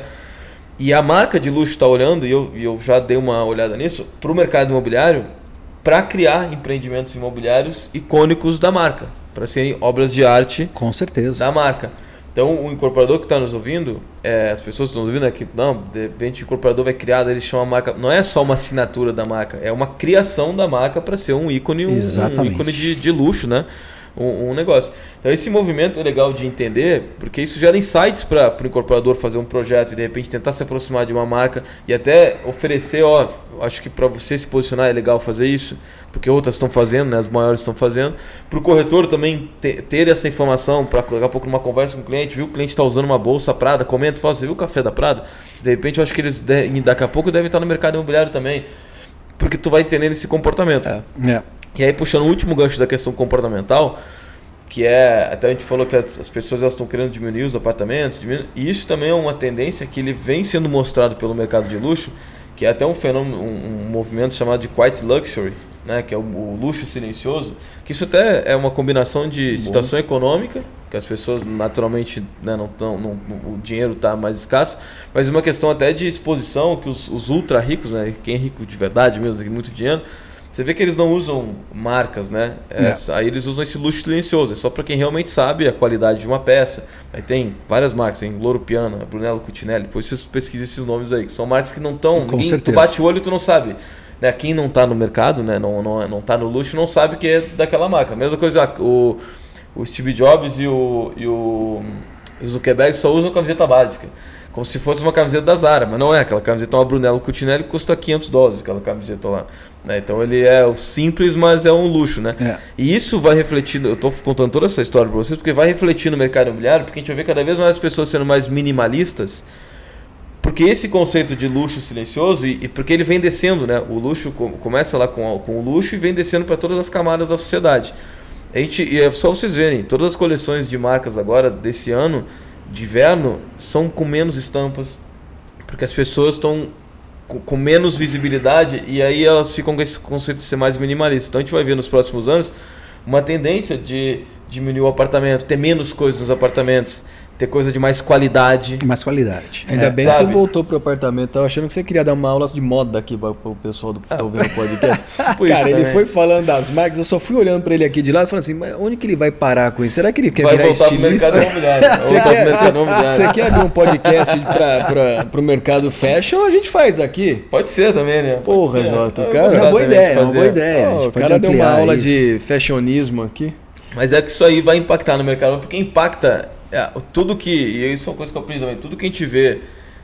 E a marca de luxo está olhando, e eu, e eu já dei uma olhada nisso, para o mercado imobiliário, para criar empreendimentos imobiliários icônicos da marca, para serem obras de arte, com certeza, da marca. Então o incorporador que está nos ouvindo, é, as pessoas que estão nos ouvindo aqui, não, de repente o incorporador vai criar, ele chama a marca, não é só uma assinatura da marca, é uma criação da marca para ser um ícone, um, um ícone de, de luxo, né? Um, um negócio. Então esse movimento é legal de entender, porque isso gera insights para o incorporador fazer um projeto e de repente tentar se aproximar de uma marca e até oferecer, ó, acho que para você se posicionar é legal fazer isso, porque outras estão fazendo, né, as maiores estão fazendo. Para o corretor também ter, ter essa informação, para daqui a pouco numa conversa com o cliente, viu, o cliente está usando uma bolsa Prada, comenta, fala, você viu o café da Prada? De repente eu acho que eles daqui a pouco devem estar no mercado imobiliário também, porque tu vai entender esse comportamento. É. É. E aí, puxando o último gancho da questão comportamental, que é, até a gente falou que as, as pessoas elas estão querendo diminuir os apartamentos, diminuir, e isso também é uma tendência que ele vem sendo mostrado pelo mercado de luxo, que é até um fenômeno, um, um movimento chamado de quiet luxury, né, que é o, o luxo silencioso, que isso até é uma combinação de Bom. situação econômica, que as pessoas naturalmente, né, não tão, não, o dinheiro está mais escasso, mas uma questão até de exposição, que os, os ultra ricos, né, quem é rico de verdade mesmo, tem muito dinheiro, você vê que eles não usam marcas, né? Essa, é. Aí eles usam esse luxo silencioso. É só para quem realmente sabe a qualidade de uma peça. Aí tem várias marcas, tem Loro Piana, Brunello Cucinelli. Depois você pesquisa esses nomes aí, que são marcas que não estão... Tu bate o olho e tu não sabe. Né? Quem não está no mercado, né? não, não, não tá no luxo, não sabe que é daquela marca. Mesma coisa, o, o Steve Jobs e o, e o, e o Zuckerberg só usam camiseta básica. Como se fosse uma camiseta da Zara, mas não é. Aquela camiseta é uma Brunello Cucinelli que custa quinhentos dólares, aquela camiseta lá. Né? Então ele é o simples, mas é um luxo, né? É. E isso vai refletir, eu estou contando toda essa história para vocês, porque vai refletir no mercado imobiliário, porque a gente vai ver cada vez mais as pessoas sendo mais minimalistas, porque esse conceito de luxo silencioso, e, e porque ele vem descendo, né? O luxo com, começa lá com, com o luxo e vem descendo para todas as camadas da sociedade. A gente, e é só vocês verem, todas as coleções de marcas agora desse ano, de inverno, são com menos estampas, porque as pessoas estão com, com menos visibilidade e aí elas ficam com esse conceito de ser mais minimalista. Então a gente vai ver nos próximos anos uma tendência de diminuir o apartamento, ter menos coisas nos apartamentos, ter coisa de mais qualidade. Mais qualidade. Ainda é, bem sabe? que você voltou pro apartamento. Tava achando que você queria dar uma aula de moda aqui para o pessoal do que tá ouvindo o podcast. Cara, ele também. foi falando das marcas, eu só fui olhando para ele aqui de lado e falando assim, mas onde que ele vai parar com isso? Será que ele quer vai virar estilista? Você quer, você quer abrir um podcast para o mercado fashion? A gente faz aqui. Pode ser também, né? Pode Porra, ser. Jota, é cara. É uma boa ideia, é uma boa ideia. Oh, o cara deu uma aula isso. de fashionismo aqui. Mas é que isso aí vai impactar no mercado, porque impacta é, tudo que, e isso é uma coisa que eu aprendi também, tudo que a gente vê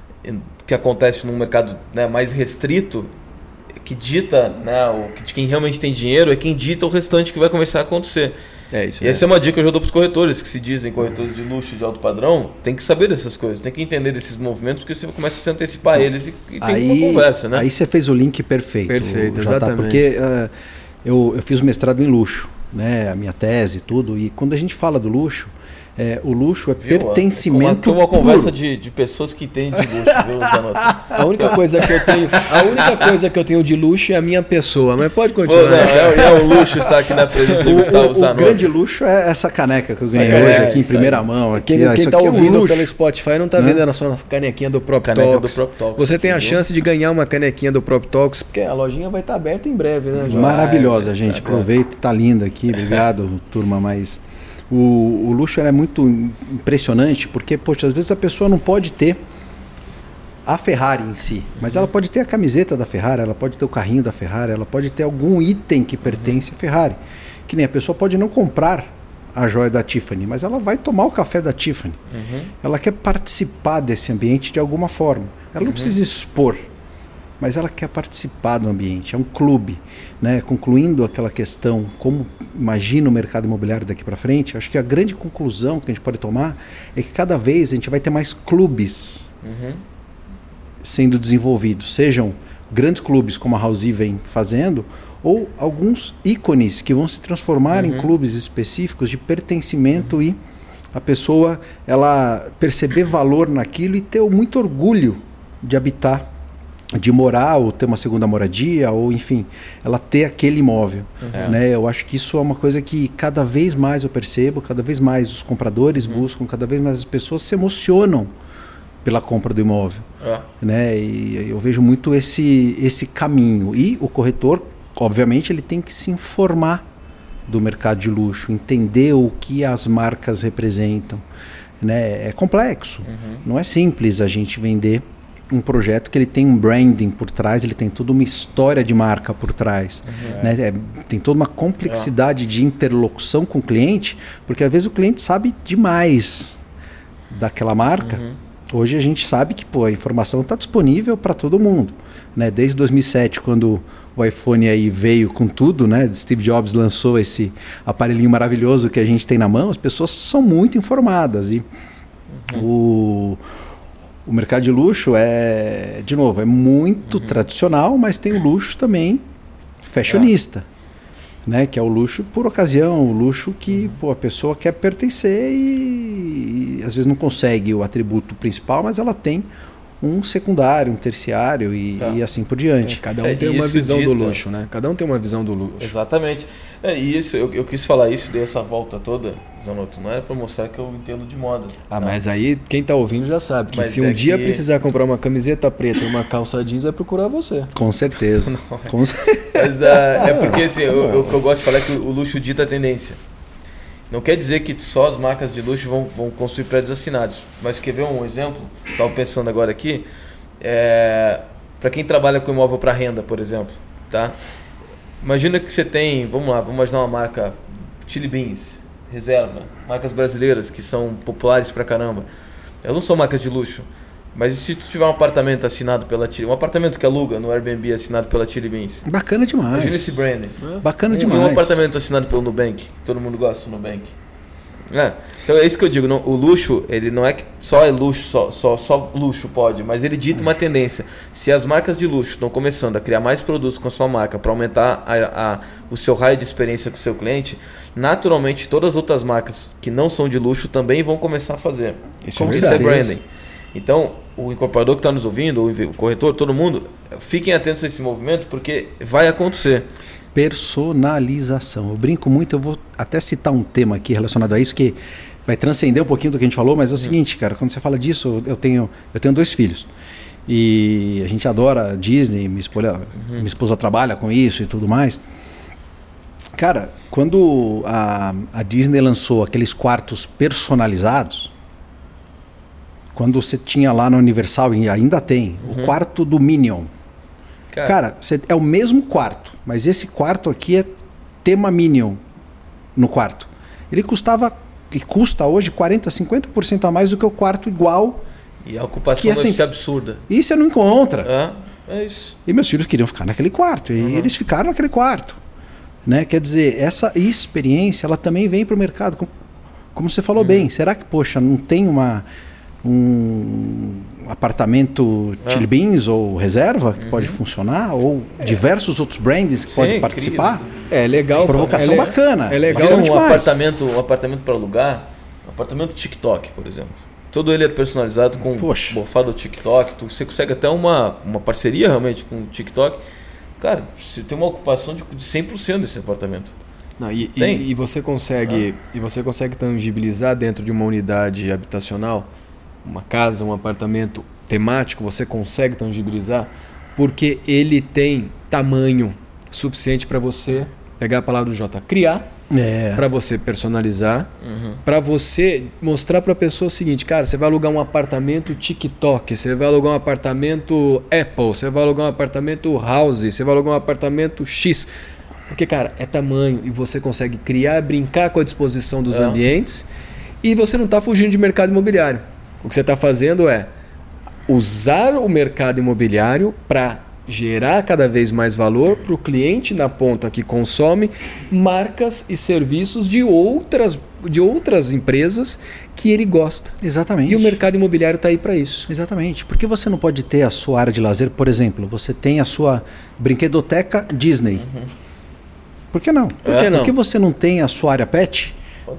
que acontece num mercado, né, mais restrito, que dita, né, o, de quem realmente tem dinheiro, é quem dita o restante que vai começar a acontecer. É isso. E essa é uma dica que eu já dou para os corretores, que se dizem corretores de luxo, de alto padrão, tem que saber dessas coisas, tem que entender desses movimentos, porque você começa a se antecipar então, eles e, e tem aí, uma conversa, né? Aí você fez o link perfeito. Perfeito, exatamente. Porque uh, eu, eu fiz o mestrado em luxo, né, a minha tese e tudo, e quando a gente fala do luxo, é, o luxo é viu? pertencimento uma, uma conversa de, de pessoas que entendem de luxo, viu, a única coisa que eu tenho a única coisa que eu tenho de luxo é a minha pessoa, mas pode continuar. Pô, não, é, é um luxo estar aqui na presença do Gustavo Zanotto. O grande luxo é essa caneca que eu ganhei hoje aqui em primeira aí. mão. Aqui, quem está ouvindo é um pelo Spotify não está vendo a sua canequinha do Prop Talks. Você tem a viu? chance de ganhar uma canequinha do Prop Talks, porque a lojinha vai estar aberta em breve, né, João? Maravilhosa, gente. Tá Aproveita, tá linda aqui. Obrigado, turma, mas O, o luxo é muito impressionante porque, poxa, às vezes a pessoa não pode ter a Ferrari em si, mas ela pode ter a camiseta da Ferrari, ela pode ter o carrinho da Ferrari, ela pode ter algum item que pertence à Ferrari. Que nem a pessoa pode não comprar a joia da Tiffany, mas ela vai tomar o café da Tiffany. Uhum. Ela quer participar desse ambiente de alguma forma. Ela não uhum. precisa expor, mas ela quer participar do ambiente. É um clube, né? Concluindo aquela questão, como imagina o mercado imobiliário daqui para frente, acho que a grande conclusão que a gente pode tomar é que cada vez a gente vai ter mais clubes uhum. sendo desenvolvidos, sejam grandes clubes como a Housea vem fazendo, ou alguns ícones que vão se transformar uhum. em clubes específicos de pertencimento uhum. e a pessoa ela perceber valor naquilo e ter muito orgulho de habitar, de morar ou ter uma segunda moradia ou enfim, ela ter aquele imóvel. Uhum. Né? Eu acho que isso é uma coisa que cada vez mais eu percebo, cada vez mais os compradores uhum. buscam, cada vez mais as pessoas se emocionam pela compra do imóvel. Uhum. Né? E eu vejo muito esse, esse caminho. E o corretor, obviamente, ele tem que se informar do mercado de luxo, entender o que as marcas representam. Né? É complexo, uhum. não é simples a gente vender um projeto que ele tem um branding por trás, ele tem toda uma história de marca por trás. Uhum. Né? É, tem toda uma complexidade é. de interlocução com o cliente, porque às vezes o cliente sabe demais daquela marca. Uhum. Hoje a gente sabe que pô, a informação está disponível para todo mundo. Né? Desde dois mil e sete, quando o iPhone aí veio com tudo, né? Steve Jobs lançou esse aparelhinho maravilhoso que a gente tem na mão, as pessoas são muito informadas. E uhum. o... O mercado de luxo é, de novo, é muito uhum. tradicional, mas tem o luxo também fashionista, é. né? Que é o luxo por ocasião, o luxo que uhum. pô, a pessoa quer pertencer e, e às vezes não consegue o atributo principal, mas ela tem um secundário, um terciário e, tá. e assim por diante. É, cada um é, tem uma visão dito, do luxo, né? Cada um tem uma visão do luxo. Exatamente. É, e isso, eu, eu quis falar isso, dei essa volta toda, Zanotto, não é para mostrar que eu entendo de moda. Ah, não. Mas aí quem tá ouvindo já sabe que mas se um é dia que... precisar comprar uma camiseta preta e uma calça jeans, vai procurar você. Com certeza. Não, Com certeza. Mas, uh, é porque assim, o que eu gosto de falar é que o luxo dita a tendência. Não quer dizer que só as marcas de luxo vão, vão construir prédios assinados. Mas quer ver um exemplo? Estava pensando agora aqui. É, para quem trabalha com imóvel para renda, por exemplo. Tá? Imagina que você tem, vamos lá, vamos imaginar uma marca Chili Beans, Reserva, marcas brasileiras que são populares pra caramba. Elas não são marcas de luxo. Mas e se tu tiver um apartamento assinado pela Chili, um apartamento que aluga no Airbnb assinado pela Chili Beans? Bacana demais. Imagina esse branding. É. Bacana um, demais. Um apartamento assinado pelo Nubank, que todo mundo gosta do Nubank. É. Então é isso que eu digo, não, o luxo, ele não é que só é luxo, só, só, só luxo pode, mas ele dita uma tendência. Se as marcas de luxo estão começando a criar mais produtos com a sua marca para aumentar a, a, o seu raio de experiência com o seu cliente, naturalmente todas as outras marcas que não são de luxo também vão começar a fazer. Isso, é, isso é branding. Então, o incorporador que está nos ouvindo, o corretor, todo mundo, fiquem atentos a esse movimento porque vai acontecer. Personalização. Eu brinco muito, eu vou até citar um tema aqui relacionado a isso que vai transcender um pouquinho do que a gente falou, mas é o uhum. seguinte, cara, quando você fala disso, eu tenho, eu tenho dois filhos. E a gente adora Disney, minha esposa, uhum. minha esposa trabalha com isso e tudo mais. Cara, quando a, a Disney lançou aqueles quartos personalizados, quando você tinha lá na Universal, e ainda tem, uhum. o quarto do Minion. Cara, Cara cê, é o mesmo quarto, mas esse quarto aqui é tema Minion no quarto. Ele custava, e custa hoje quarenta, cinquenta por cento a mais do que o quarto igual. E a ocupação vai ser absurda. E você não encontra. É, é isso. E meus filhos queriam ficar naquele quarto, e uhum. eles ficaram naquele quarto. Né? Quer dizer, essa experiência ela também vem para o mercado. Como, como você falou uhum. bem, será que, poxa, não tem uma... um apartamento é. Chili Beans ou Reserva que uhum. pode funcionar, ou é. diversos outros brands que Sim, podem participar. É legal. Provocação é le... bacana. É legal um apartamento, um apartamento para alugar, um apartamento TikTok, por exemplo. Todo ele é personalizado com Poxa. bofado TikTok. Tu, você consegue até uma, uma parceria realmente com o TikTok. Cara, você tem uma ocupação de cem por cento desse apartamento. Não, e, e, e você consegue ah. e você consegue tangibilizar dentro de uma unidade habitacional, uma casa, um apartamento temático, você consegue tangibilizar porque ele tem tamanho suficiente para você pegar a palavra do J, criar, é. para você personalizar, uhum. para você mostrar para a pessoa o seguinte, cara, você vai alugar um apartamento TikTok, você vai alugar um apartamento Apple, você vai alugar um apartamento House, você vai alugar um apartamento X. Porque, cara, é tamanho e você consegue criar, brincar com a disposição dos é. ambientes e você não está fugindo de mercado imobiliário. O que você está fazendo é usar o mercado imobiliário para gerar cada vez mais valor para o cliente na ponta que consome marcas e serviços de outras, de outras empresas que ele gosta. Exatamente. E o mercado imobiliário está aí para isso. Exatamente. Por que você não pode ter a sua área de lazer, por exemplo, você tem a sua brinquedoteca Disney. Uhum. Por que não? Por que não? Por que você não tem a sua área pet?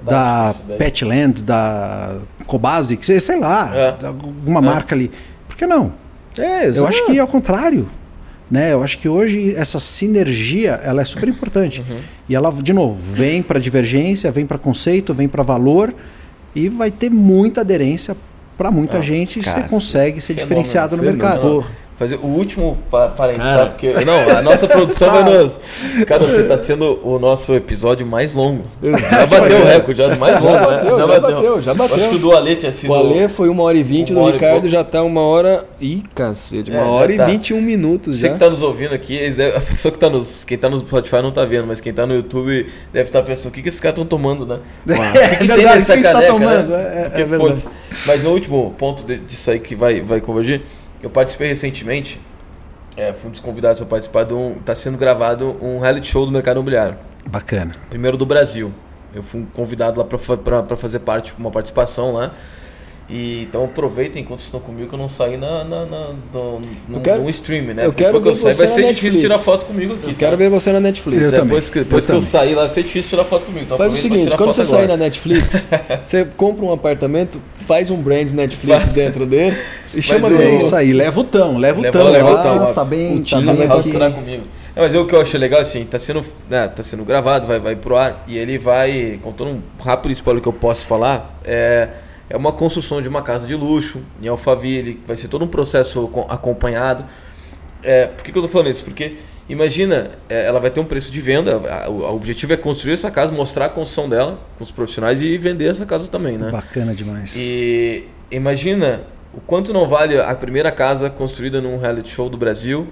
Da Petland, da Cobasic, sei, sei lá, é. alguma é. marca ali. Por que não? É, eu acho que é ao contrário. Né? Eu acho que hoje essa sinergia ela é super importante. Uhum. E ela, de novo, vem para divergência, vem para conceito, vem para valor e vai ter muita aderência para muita ah, gente e você consegue ser diferenciado no mercado. Porra. Fazer o último parênteses, tá? Porque não, a nossa produção vai nos... Cara, você está sendo o nosso episódio mais longo. Já bateu o recorde, já mais longo, já bateu, né? Já, já bateu, bateu, já bateu. Acho que o do Ale tinha sido... O Ale foi uma hora e vinte, do Ricardo já está uma hora... Ih, cacete, uma é, hora tá. e vinte e um minutos você já. Você que está nos ouvindo aqui, a pessoa que está nos... Quem está no Spotify não está vendo, mas quem está no YouTube deve estar pensando, o que, que esses caras estão tomando, né? O que, que tem nessa caneca, tá tomando? Né? É, Porque, é verdade. Pô, mas o último ponto disso aí que vai, vai convergir, eu participei recentemente... É, fui um dos convidados a participar de um... Está sendo gravado um reality show do mercado imobiliário. Bacana. Primeiro do Brasil. Eu fui convidado lá para fazer parte, uma participação lá. E, então aproveitem enquanto estão comigo que eu não saí na, na, na, no, no, quero, no stream, né? Eu quero depois ver que eu sair vai ser Netflix. difícil tirar foto comigo aqui. Eu quero tá? ver você na Netflix. Eu depois também. que, depois eu que eu também. sair lá vai ser difícil tirar foto comigo. Então faz o seguinte, quando você sair na Netflix, você compra um apartamento, faz um brand Netflix dentro dele e chama todo é mundo. Isso aí, leva o tão, leva o tão. Leva o tão. Tá bem, o time tá vai bem parar comigo. É, mas o que eu achei legal, assim, tá sendo, né, tá sendo gravado, vai, vai pro ar, e ele vai, contando um rápido spoiler que eu posso falar, é, é uma construção de uma casa de luxo em Alphaville, vai ser todo um processo acompanhado. É, por que, que eu tô falando isso? Porque, imagina, é, ela vai ter um preço de venda, a, o, o objetivo é construir essa casa, mostrar a construção dela com os profissionais e vender essa casa também, né? Bacana demais. E imagina o quanto não vale a primeira casa construída num reality show do Brasil,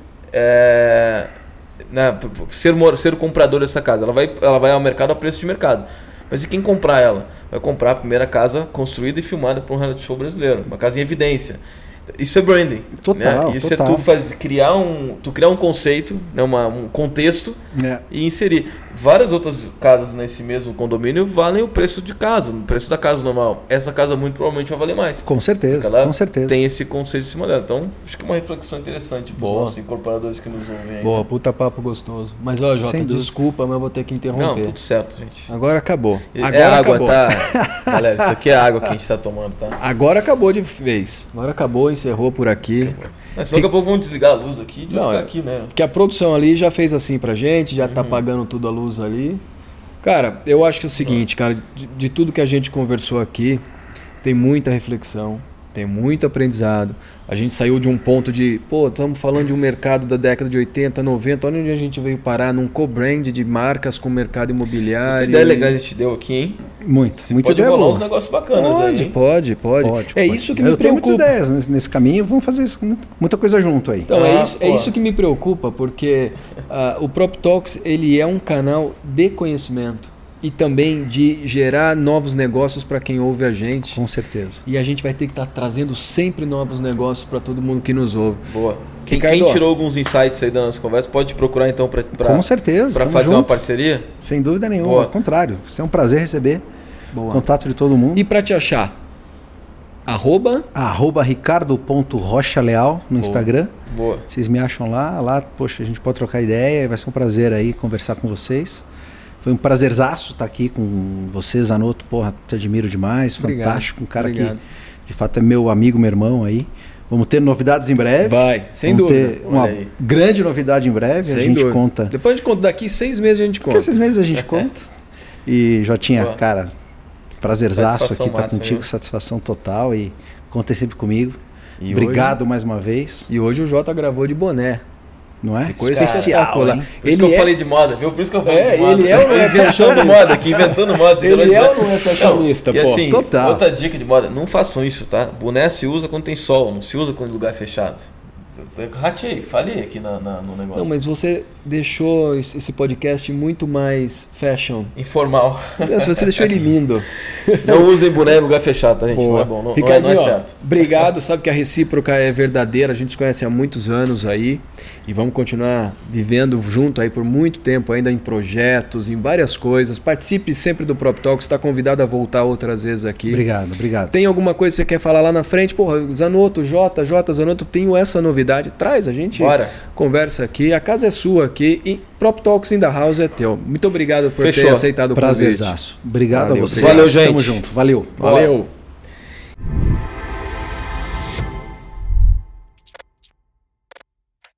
é, né, ser, ser o comprador dessa casa. Ela vai, ela vai ao mercado a preço de mercado. Mas e quem comprar ela? Vai comprar a primeira casa construída e filmada por um reality show brasileiro. Uma casa em evidência. Isso é branding. Total, né? Isso total. é tu faz, criar, um, tu criar um conceito, né? Uma, um contexto é. e inserir. Várias outras casas nesse mesmo condomínio valem o preço de casa, o preço da casa normal. Essa casa muito provavelmente vai valer mais. Com certeza, ela com certeza. Tem esse conceito em cima dela. Então, acho que é uma reflexão interessante para os nossos incorporadores que nos ouvem aí. Boa, puta papo gostoso. Mas, ó, Jota, desculpa, mas eu vou ter que interromper. Não, tudo certo, gente. Agora acabou. Agora é água, acabou. Tá? Galera, isso aqui é água que a gente está tomando, tá? Agora acabou de vez. Agora acabou, encerrou por aqui. Mas senão daqui a pouco vamos desligar a luz aqui e ficar é, aqui, né? Que a produção ali já fez assim pra gente, já uhum. tá pagando tudo a luz ali. Cara, eu acho que é o seguinte, cara, de, de tudo que a gente conversou aqui, tem muita reflexão, tem muito aprendizado. A gente saiu de um ponto de, pô, estamos falando de um mercado da década de oitenta, noventa, olha onde a gente veio parar, num co-brand de marcas com o mercado imobiliário. Que ideia legal a gente deu aqui, hein? Muito, Você muito pode ideia rolar boa. uns negócios bacanas pode, aí, hein? Pode, pode, pode. É pode. isso que me Eu preocupa. tenho muitas ideias nesse, nesse caminho, vamos fazer isso, muita coisa junto aí. Então, ah, é, isso, é isso que me preocupa, porque uh, o PropTalks, ele é um canal de conhecimento. E também de gerar novos negócios para quem ouve a gente. Com certeza. E a gente vai ter que estar tá trazendo sempre novos negócios para todo mundo que nos ouve. Boa. Quem, Ricardo, quem tirou alguns insights aí da nossa conversa, pode procurar então para Com certeza. Para fazer junto. uma parceria? Sem dúvida nenhuma. Boa. Ao contrário. Isso é um prazer receber Boa. contato de todo mundo. E para te achar? Arroba? Arroba ricardo ponto rocha leal no Boa. Instagram. Boa. Vocês me acham lá. Lá, poxa, a gente pode trocar ideia. Vai ser um prazer aí conversar com vocês. Foi um prazerzaço estar aqui com você, Zanotto. Porra, te admiro demais. Obrigado. Fantástico. Um cara Obrigado. que de fato é meu amigo, meu irmão aí. Vamos ter novidades em breve. Vai, sem Vamos dúvida. ter uma grande novidade em breve. Sem a gente dúvida. conta. Depois a gente conta. Daqui seis meses a gente conta. Daqui seis meses a gente conta. E Jotinha, Boa. cara, prazerzaço Satisfação aqui estar máxima, contigo. hein? Satisfação total. E contem sempre comigo. E Obrigado hoje, mais uma vez. E hoje o Jota gravou de boné. Não é? Ficou especial, hein? Por isso ele que eu é... falei de moda, viu? Por isso que eu falei É, de moda. ele é ou não é inventando moda aqui, inventando moda. Ele é ou não é fashionista, E pô? assim, Total. outra dica de moda, não façam isso, tá? Boné se usa quando tem sol, não se usa quando o lugar é fechado. Ratei, falei aqui na, na, no negócio. Não, mas você deixou esse podcast muito mais fashion. Informal. Você deixou ele lindo. Não usem boné em lugar fechado, tá, gente? Boa. Não é bom. Não, Ricardinho, não é, não é certo. ó, obrigado. Sabe que a recíproca é verdadeira. A gente se conhece há muitos anos aí. E vamos continuar vivendo junto aí por muito tempo, ainda em projetos, em várias coisas. Participe sempre do Prop Talk. Está convidado a voltar outras vezes aqui. Obrigado, obrigado. Tem alguma coisa que você quer falar lá na frente? Porra, Zanotto, J, J, Zanotto, tenho essa novidade. Traz, a gente Bora. Conversa aqui. A casa é sua aqui e Prop Talks in the House é teu. Muito obrigado por Fechou. ter aceitado o convite. Prazerzaço. Obrigado Valeu, a você. Valeu, gente. Tamo junto. Valeu. Valeu.